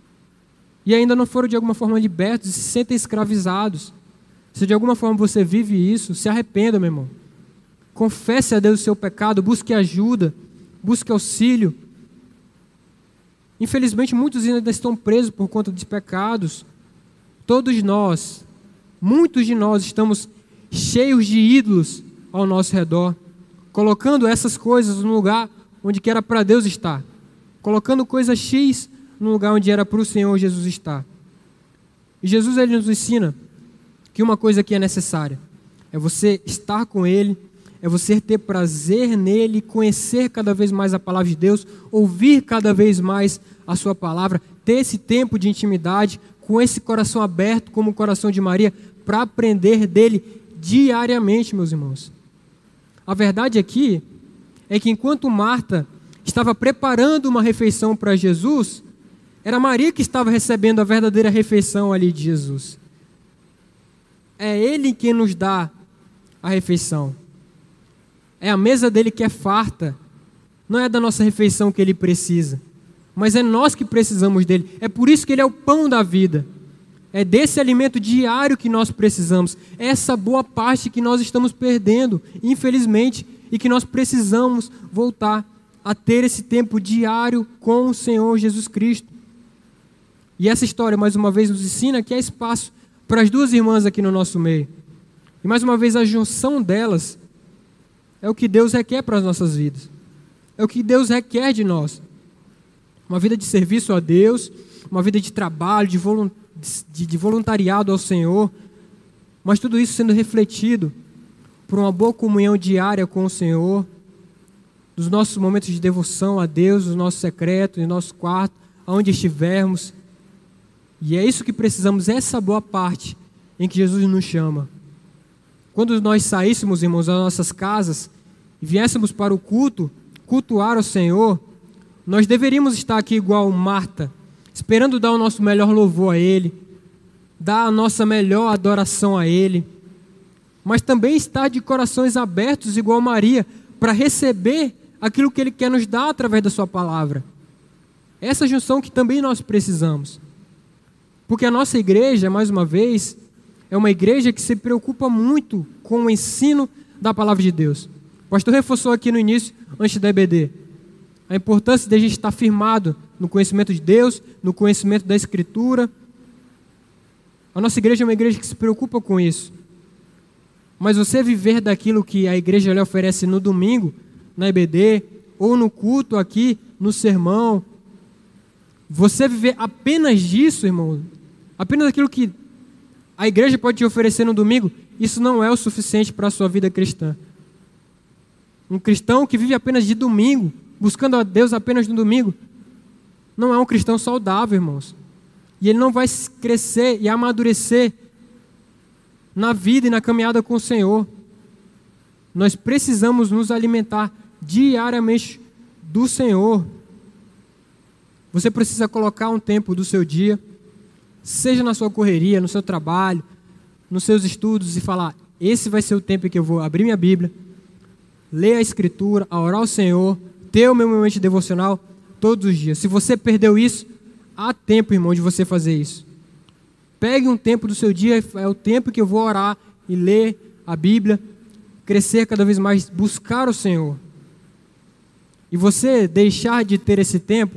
e ainda não foram de alguma forma libertos e se sentem escravizados. Se de alguma forma você vive isso, se arrependa, meu irmão. Confesse a Deus o seu pecado, busque ajuda, busque auxílio. Infelizmente, muitos ainda estão presos por conta de pecados. Todos nós, muitos de nós estamos cheios de ídolos ao nosso redor, colocando essas coisas no lugar onde que era para Deus estar, colocando coisa X no lugar onde era para o Senhor Jesus estar. E Jesus, ele nos ensina que uma coisa que é necessária é você estar com Ele, é você ter prazer nele, conhecer cada vez mais a palavra de Deus, ouvir cada vez mais a sua palavra, ter esse tempo de intimidade, com esse coração aberto, como o coração de Maria, para aprender dele diariamente, meus irmãos. A verdade aqui é que enquanto Marta estava preparando uma refeição para Jesus, era Maria que estava recebendo a verdadeira refeição ali de Jesus. É Ele quem nos dá a refeição. É a mesa dele que é farta. Não é da nossa refeição que ele precisa, mas é nós que precisamos dele. É por isso que ele é o pão da vida. É desse alimento diário que nós precisamos. É essa boa parte que nós estamos perdendo, infelizmente, e que nós precisamos voltar a ter esse tempo diário com o Senhor Jesus Cristo. E essa história, mais uma vez, nos ensina que há espaço para as duas irmãs aqui no nosso meio. E mais uma vez, a junção delas é o que Deus requer para as nossas vidas. É o que Deus requer de nós. Uma vida de serviço a Deus, uma vida de trabalho, de voluntariado ao Senhor, mas tudo isso sendo refletido por uma boa comunhão diária com o Senhor, dos nossos momentos de devoção a Deus, dos nossos secretos, no nosso quarto, aonde estivermos. E é isso que precisamos, essa boa parte em que Jesus nos chama. Quando nós saíssemos, irmãos, das nossas casas e viéssemos para o culto, cultuar ao Senhor, nós deveríamos estar aqui igual Marta, esperando dar o nosso melhor louvor a Ele, dar a nossa melhor adoração a Ele, mas também estar de corações abertos igual Maria, para receber aquilo que Ele quer nos dar através da sua palavra. Essa junção que também nós precisamos. Porque a nossa igreja, mais uma vez, é uma igreja que se preocupa muito com o ensino da palavra de Deus. O pastor reforçou aqui no início, antes da EBD, a importância de a gente estar firmado no conhecimento de Deus, no conhecimento da Escritura. A nossa igreja é uma igreja que se preocupa com isso. Mas você viver daquilo que a igreja lhe oferece no domingo, na EBD, ou no culto aqui, no sermão, você viver apenas disso, irmão, apenas aquilo que a igreja pode te oferecer no domingo, isso não é o suficiente para a sua vida cristã. Um cristão que vive apenas de domingo, buscando a Deus apenas no domingo, não é um cristão saudável, irmãos. E ele não vai crescer e amadurecer na vida e na caminhada com o Senhor. Nós precisamos nos alimentar diariamente do Senhor. Você precisa colocar um tempo do seu dia, seja na sua correria, no seu trabalho, nos seus estudos, e falar: esse vai ser o tempo em que eu vou abrir minha Bíblia, ler a Escritura, orar ao Senhor, ter o meu momento devocional todos os dias. Se você perdeu isso, há tempo, irmão, de você fazer isso. Pegue um tempo do seu dia, é o tempo que eu vou orar e ler a Bíblia, crescer cada vez mais, buscar o Senhor. E você deixar de ter esse tempo,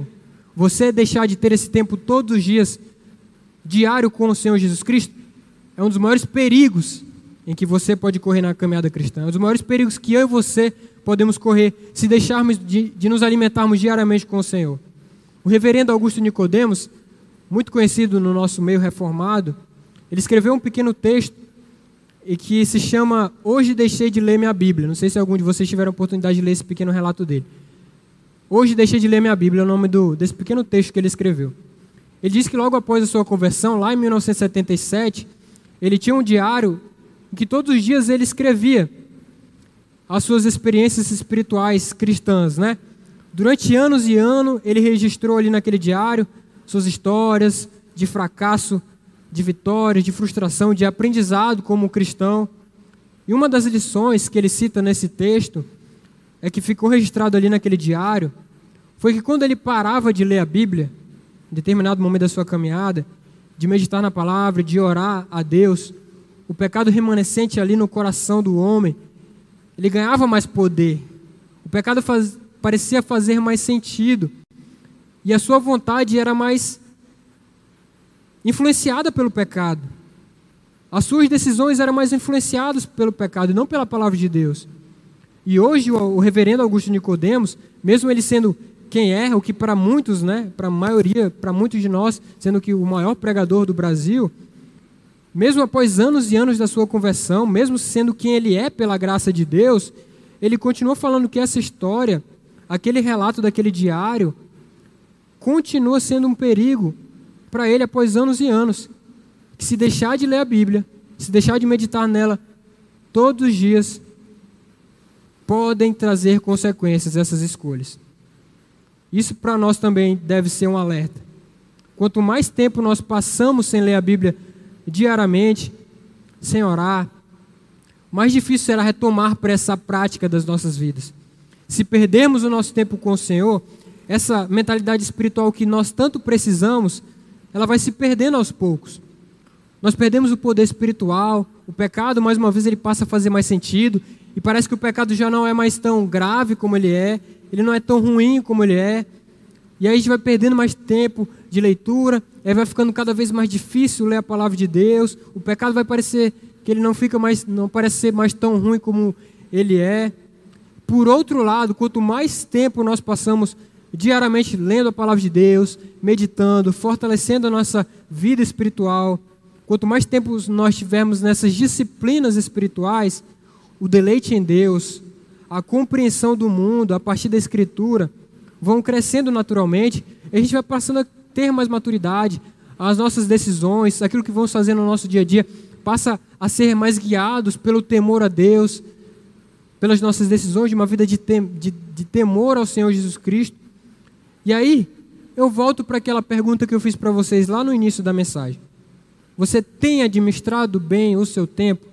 todos os dias, diário com o Senhor Jesus Cristo, é um dos maiores perigos em que você pode correr na caminhada cristã. É um dos maiores perigos que eu e você podemos correr se deixarmos de nos alimentarmos diariamente com o Senhor. O reverendo Augusto Nicodemos, muito conhecido no nosso meio reformado, ele escreveu um pequeno texto e que se chama Hoje Deixei de Ler Minha Bíblia. Não sei se algum de vocês tiveram a oportunidade de ler esse pequeno relato dele. Hoje Deixei de Ler Minha Bíblia é o nome desse pequeno texto que ele escreveu. Ele diz que logo após a sua conversão, lá em 1977, ele tinha um diário em que todos os dias ele escrevia as suas experiências espirituais cristãs, né? Durante anos e anos, ele registrou ali naquele diário suas histórias de fracasso, de vitórias, de frustração, de aprendizado como cristão. E uma das lições que ele cita nesse texto, é que ficou registrado ali naquele diário, foi que quando ele parava de ler a Bíblia, em determinado momento da sua caminhada, de meditar na palavra, de orar a Deus, o pecado remanescente ali no coração do homem, ele ganhava mais poder. O pecado parecia fazer mais sentido. E a sua vontade era mais influenciada pelo pecado. As suas decisões eram mais influenciadas pelo pecado, e não pela palavra de Deus. E hoje o reverendo Augusto Nicodemos, mesmo ele sendo quem é, o que para muitos, para a maioria, para muitos de nós, sendo que o maior pregador do Brasil, mesmo após anos e anos da sua conversão, mesmo sendo quem ele é pela graça de Deus, ele continua falando que essa história, aquele relato daquele diário, continua sendo um perigo para ele após anos e anos. Que se deixar de ler a Bíblia, se deixar de meditar nela todos os dias, podem trazer consequências essas escolhas. Isso para nós também deve ser um alerta. Quanto mais tempo nós passamos sem ler a Bíblia diariamente, sem orar, mais difícil será retomar para essa prática das nossas vidas. Se perdermos o nosso tempo com o Senhor, essa mentalidade espiritual que nós tanto precisamos, ela vai se perdendo aos poucos. Nós perdemos o poder espiritual, o pecado, mais uma vez, ele passa a fazer mais sentido, e parece que o pecado já não é mais tão grave como ele não é tão ruim como ele é, e aí a gente vai perdendo mais tempo de leitura, aí vai ficando cada vez mais difícil ler a palavra de Deus, o pecado vai parecer que ele não parece ser mais tão ruim como ele é. Por outro lado, quanto mais tempo nós passamos diariamente lendo a palavra de Deus, meditando, fortalecendo a nossa vida espiritual, quanto mais tempo nós tivermos nessas disciplinas espirituais, o deleite em Deus, a compreensão do mundo a partir da Escritura vão crescendo naturalmente, e a gente vai passando a ter mais maturidade, as nossas decisões, aquilo que vamos fazer no nosso dia a dia, passa a ser mais guiados pelo temor a Deus, pelas nossas decisões de uma vida de temor ao Senhor Jesus Cristo. E aí, eu volto para aquela pergunta que eu fiz para vocês lá no início da mensagem. Você tem administrado bem o seu tempo?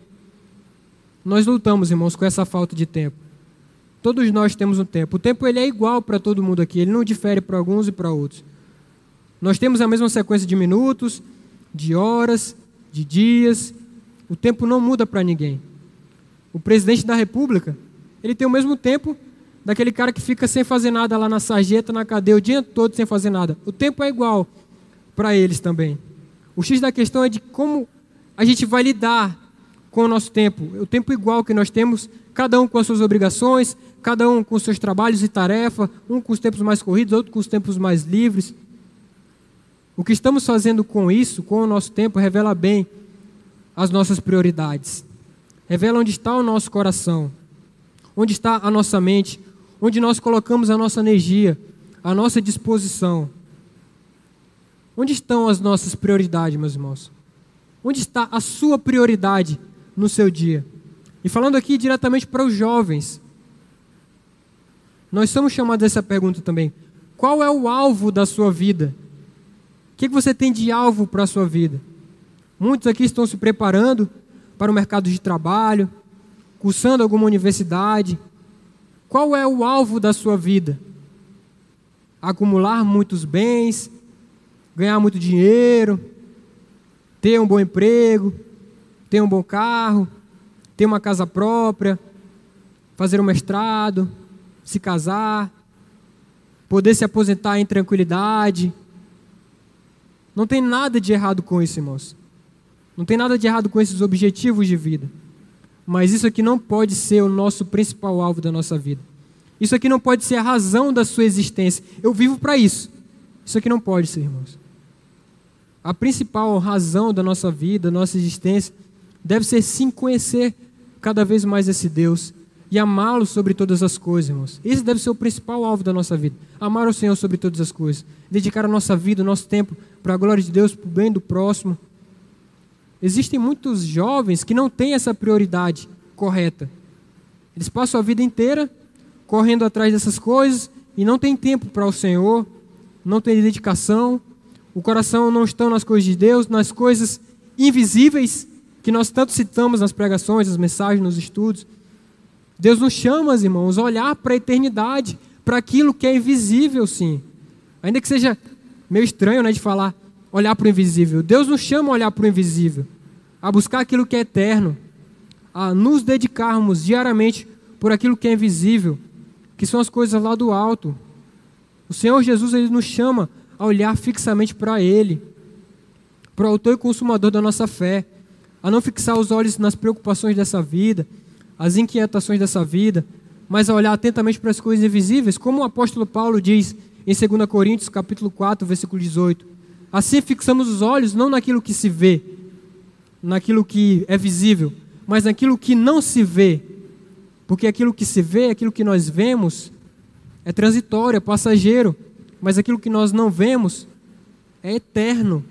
Nós lutamos, irmãos, com essa falta de tempo. Todos nós temos um tempo. O tempo ele é igual para todo mundo aqui, ele não difere para alguns e para outros. Nós temos a mesma sequência de minutos, de horas, de dias. O tempo não muda para ninguém. O presidente da República, ele tem o mesmo tempo daquele cara que fica sem fazer nada lá na sarjeta, na cadeia, o dia todo sem fazer nada. O tempo é igual para eles também. O X da questão é de como a gente vai lidar com o nosso tempo. O tempo igual que nós temos, cada um com as suas obrigações, cada um com os seus trabalhos e tarefas, um com os tempos mais corridos, outro com os tempos mais livres. O que estamos fazendo com isso, com o nosso tempo, revela bem as nossas prioridades. Revela onde está o nosso coração, onde está a nossa mente, onde nós colocamos a nossa energia, a nossa disposição. Onde estão as nossas prioridades, meus irmãos? Onde está a sua prioridade no seu dia? E falando aqui diretamente para os jovens, nós somos chamados a essa pergunta também. Qual é o alvo da sua vida? O que você tem de alvo para a sua vida? Muitos aqui estão se preparando para o mercado de trabalho, cursando alguma universidade. Qual é o alvo da sua vida? Acumular muitos bens, ganhar muito dinheiro, ter um bom emprego, ter um bom carro, ter uma casa própria, fazer um mestrado, se casar, poder se aposentar em tranquilidade. Não tem nada de errado com isso, irmãos. Não tem nada de errado com esses objetivos de vida. Mas isso aqui não pode ser o nosso principal alvo da nossa vida. Isso aqui não pode ser a razão da sua existência. Eu vivo para isso. Isso aqui não pode ser, irmãos. A principal razão da nossa vida, da nossa existência, deve ser sim conhecer cada vez mais esse Deus e amá-lo sobre todas as coisas, irmãos. Esse deve ser o principal alvo da nossa vida. Amar o Senhor sobre todas as coisas. Dedicar a nossa vida, o nosso tempo para a glória de Deus, para o bem do próximo. Existem muitos jovens que não têm essa prioridade correta. Eles passam a vida inteira correndo atrás dessas coisas e não tem tempo para o Senhor, não tem dedicação, o coração não está nas coisas de Deus, nas coisas invisíveis que nós tanto citamos nas pregações, nas mensagens, nos estudos. Deus nos chama, irmãos, a olhar para a eternidade, para aquilo que é invisível, sim. Ainda que seja meio estranho, né, de falar, olhar para o invisível. Deus nos chama a olhar para o invisível, a buscar aquilo que é eterno, a nos dedicarmos diariamente por aquilo que é invisível, que são as coisas lá do alto. O Senhor Jesus, Ele nos chama a olhar fixamente para Ele, para o autor e consumador da nossa fé, a não fixar os olhos nas preocupações dessa vida, as inquietações dessa vida, mas a olhar atentamente para as coisas invisíveis, como o apóstolo Paulo diz em 2 Coríntios, capítulo 4, versículo 18. Assim fixamos os olhos não naquilo que se vê, naquilo que é visível, mas naquilo que não se vê, porque aquilo que se vê, aquilo que nós vemos, é transitório, é passageiro, mas aquilo que nós não vemos é eterno.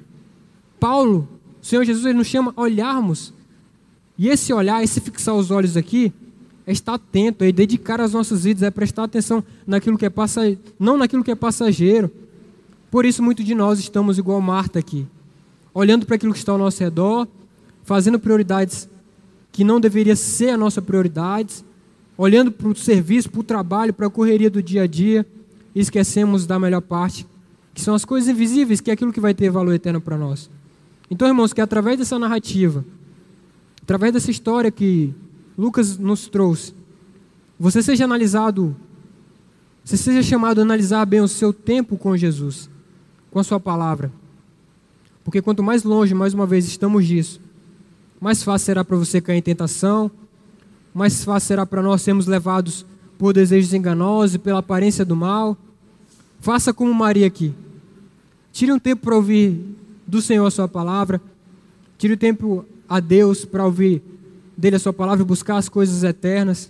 Paulo, o Senhor Jesus, Ele nos chama a olharmos, e esse olhar, esse fixar os olhos aqui, é estar atento, é dedicar as nossas vidas, é prestar atenção naquilo que é passageiro, não naquilo que é passageiro. Por isso, muitos de nós estamos igual Marta aqui, olhando para aquilo que está ao nosso redor, fazendo prioridades que não deveria ser a nossa prioridade, olhando para o serviço, para o trabalho, para a correria do dia a dia, e esquecemos da melhor parte, que são as coisas invisíveis, que é aquilo que vai ter valor eterno para nós. Então, irmãos, que através dessa narrativa, através dessa história que Lucas nos trouxe, você seja analisado, você seja chamado a analisar bem o seu tempo com Jesus, com a sua palavra. Porque quanto mais longe, mais uma vez, estamos disso, mais fácil será para você cair em tentação, mais fácil será para nós sermos levados por desejos enganosos e pela aparência do mal. Faça como Maria aqui. Tire um tempo para ouvir do Senhor a sua palavra. Tire o tempo a Deus para ouvir dele a sua palavra e buscar as coisas eternas.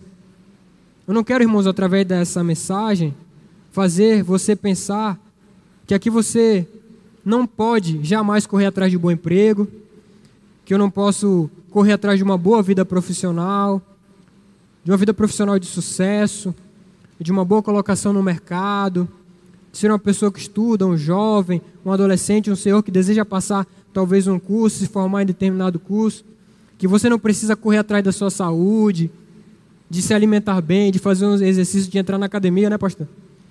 Eu não quero, irmãos, através dessa mensagem, fazer você pensar que aqui você não pode jamais correr atrás de um bom emprego, que eu não posso correr atrás de uma boa vida profissional, de uma vida profissional de sucesso, de uma boa colocação no mercado, de ser uma pessoa que estuda, um jovem, um adolescente, um senhor que deseja passar talvez um curso, se formar em determinado curso, que você não precisa correr atrás da sua saúde, de se alimentar bem, de fazer um exercício, de entrar na academia, né, pastor?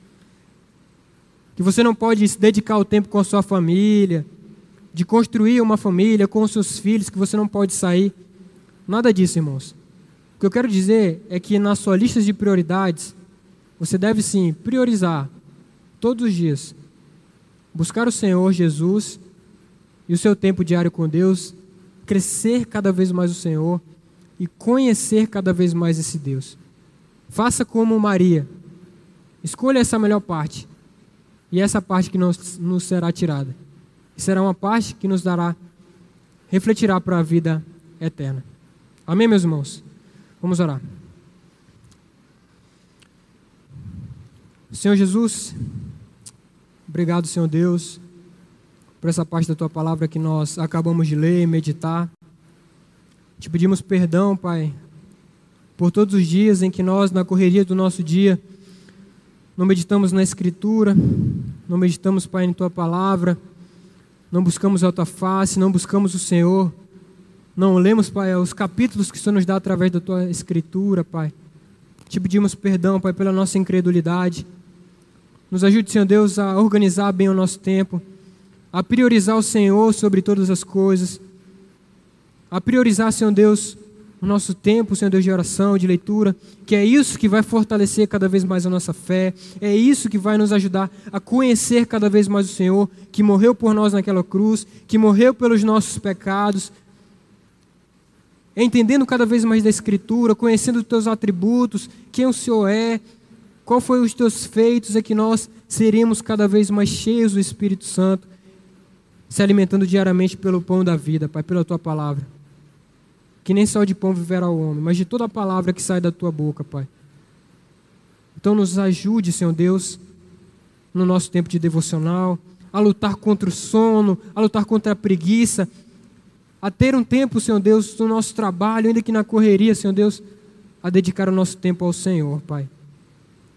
Que você não pode se dedicar o tempo com a sua família, de construir uma família com os seus filhos, que você não pode sair. Nada disso, irmãos. O que eu quero dizer é que na sua lista de prioridades, você deve sim priorizar todos os dias, buscar o Senhor Jesus e o seu tempo diário com Deus, crescer cada vez mais o Senhor e conhecer cada vez mais esse Deus. Faça como Maria, escolha essa melhor parte, e essa parte que nos será tirada. E será uma parte que nos dará, refletirá para a vida eterna. Amém, meus irmãos? Vamos orar. Senhor Jesus, obrigado, Senhor Deus, por essa parte da Tua palavra que nós acabamos de ler e meditar. Te pedimos perdão, Pai, por todos os dias em que nós, na correria do nosso dia, não meditamos na Escritura, não meditamos, Pai, em Tua palavra, não buscamos a Tua face, não buscamos o Senhor, não lemos, Pai, os capítulos que o Senhor nos dá através da Tua Escritura, Pai. Te pedimos perdão, Pai, pela nossa incredulidade. Nos ajude, Senhor Deus, a organizar bem o nosso tempo, a priorizar o Senhor sobre todas as coisas, a priorizar, Senhor Deus, o nosso tempo, Senhor Deus, de oração, de leitura, que é isso que vai fortalecer cada vez mais a nossa fé, é isso que vai nos ajudar a conhecer cada vez mais o Senhor, que morreu por nós naquela cruz, que morreu pelos nossos pecados, entendendo cada vez mais da Escritura, conhecendo os Teus atributos, quem o Senhor é, qual foi os Teus feitos, é que nós seremos cada vez mais cheios do Espírito Santo, se alimentando diariamente pelo pão da vida, Pai, pela Tua palavra. Que nem só de pão viverá o homem, mas de toda a palavra que sai da Tua boca, Pai. Então nos ajude, Senhor Deus, no nosso tempo de devocional, a lutar contra o sono, a lutar contra a preguiça, a ter um tempo, Senhor Deus, no nosso trabalho, ainda que na correria, Senhor Deus, a dedicar o nosso tempo ao Senhor, Pai.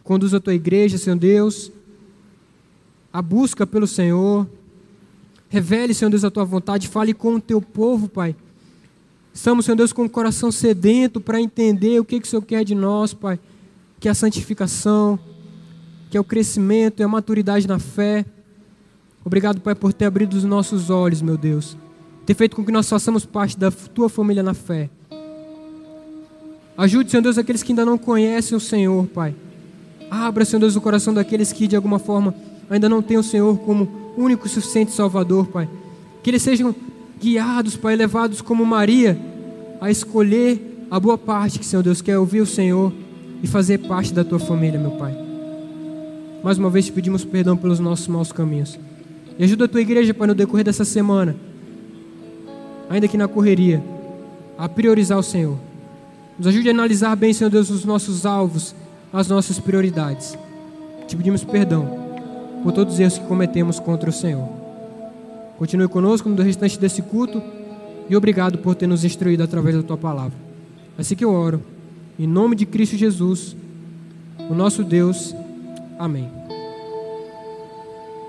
Conduza a tua igreja, Senhor Deus, a busca pelo Senhor. Revele, Senhor Deus, a tua vontade. Fale com o teu povo, Pai. Estamos, Senhor Deus, com o coração sedento para entender o que o Senhor quer de nós, Pai. Que é a santificação, que é o crescimento, é a maturidade na fé. Obrigado, Pai, por ter abrido os nossos olhos, meu Deus. Ter feito com que nós façamos parte da tua família na fé. Ajude, Senhor Deus, aqueles que ainda não conhecem o Senhor, Pai. Abra, Senhor Deus, o coração daqueles que, de alguma forma, ainda não têm o Senhor como único e suficiente Salvador, Pai. Que eles sejam guiados, Pai, levados como Maria, a escolher a boa parte que, Senhor Deus, quer ouvir o Senhor e fazer parte da tua família, meu Pai. Mais uma vez te pedimos perdão pelos nossos maus caminhos. E ajuda a tua igreja, Pai, no decorrer dessa semana, ainda que na correria, a priorizar o Senhor. Nos ajude a analisar bem, Senhor Deus, os nossos alvos, as nossas prioridades. Te pedimos perdão por todos os erros que cometemos contra o Senhor. Continue conosco no restante desse culto e obrigado por ter nos instruído através da tua palavra. Assim que eu oro, em nome de Cristo Jesus, o nosso Deus. Amém.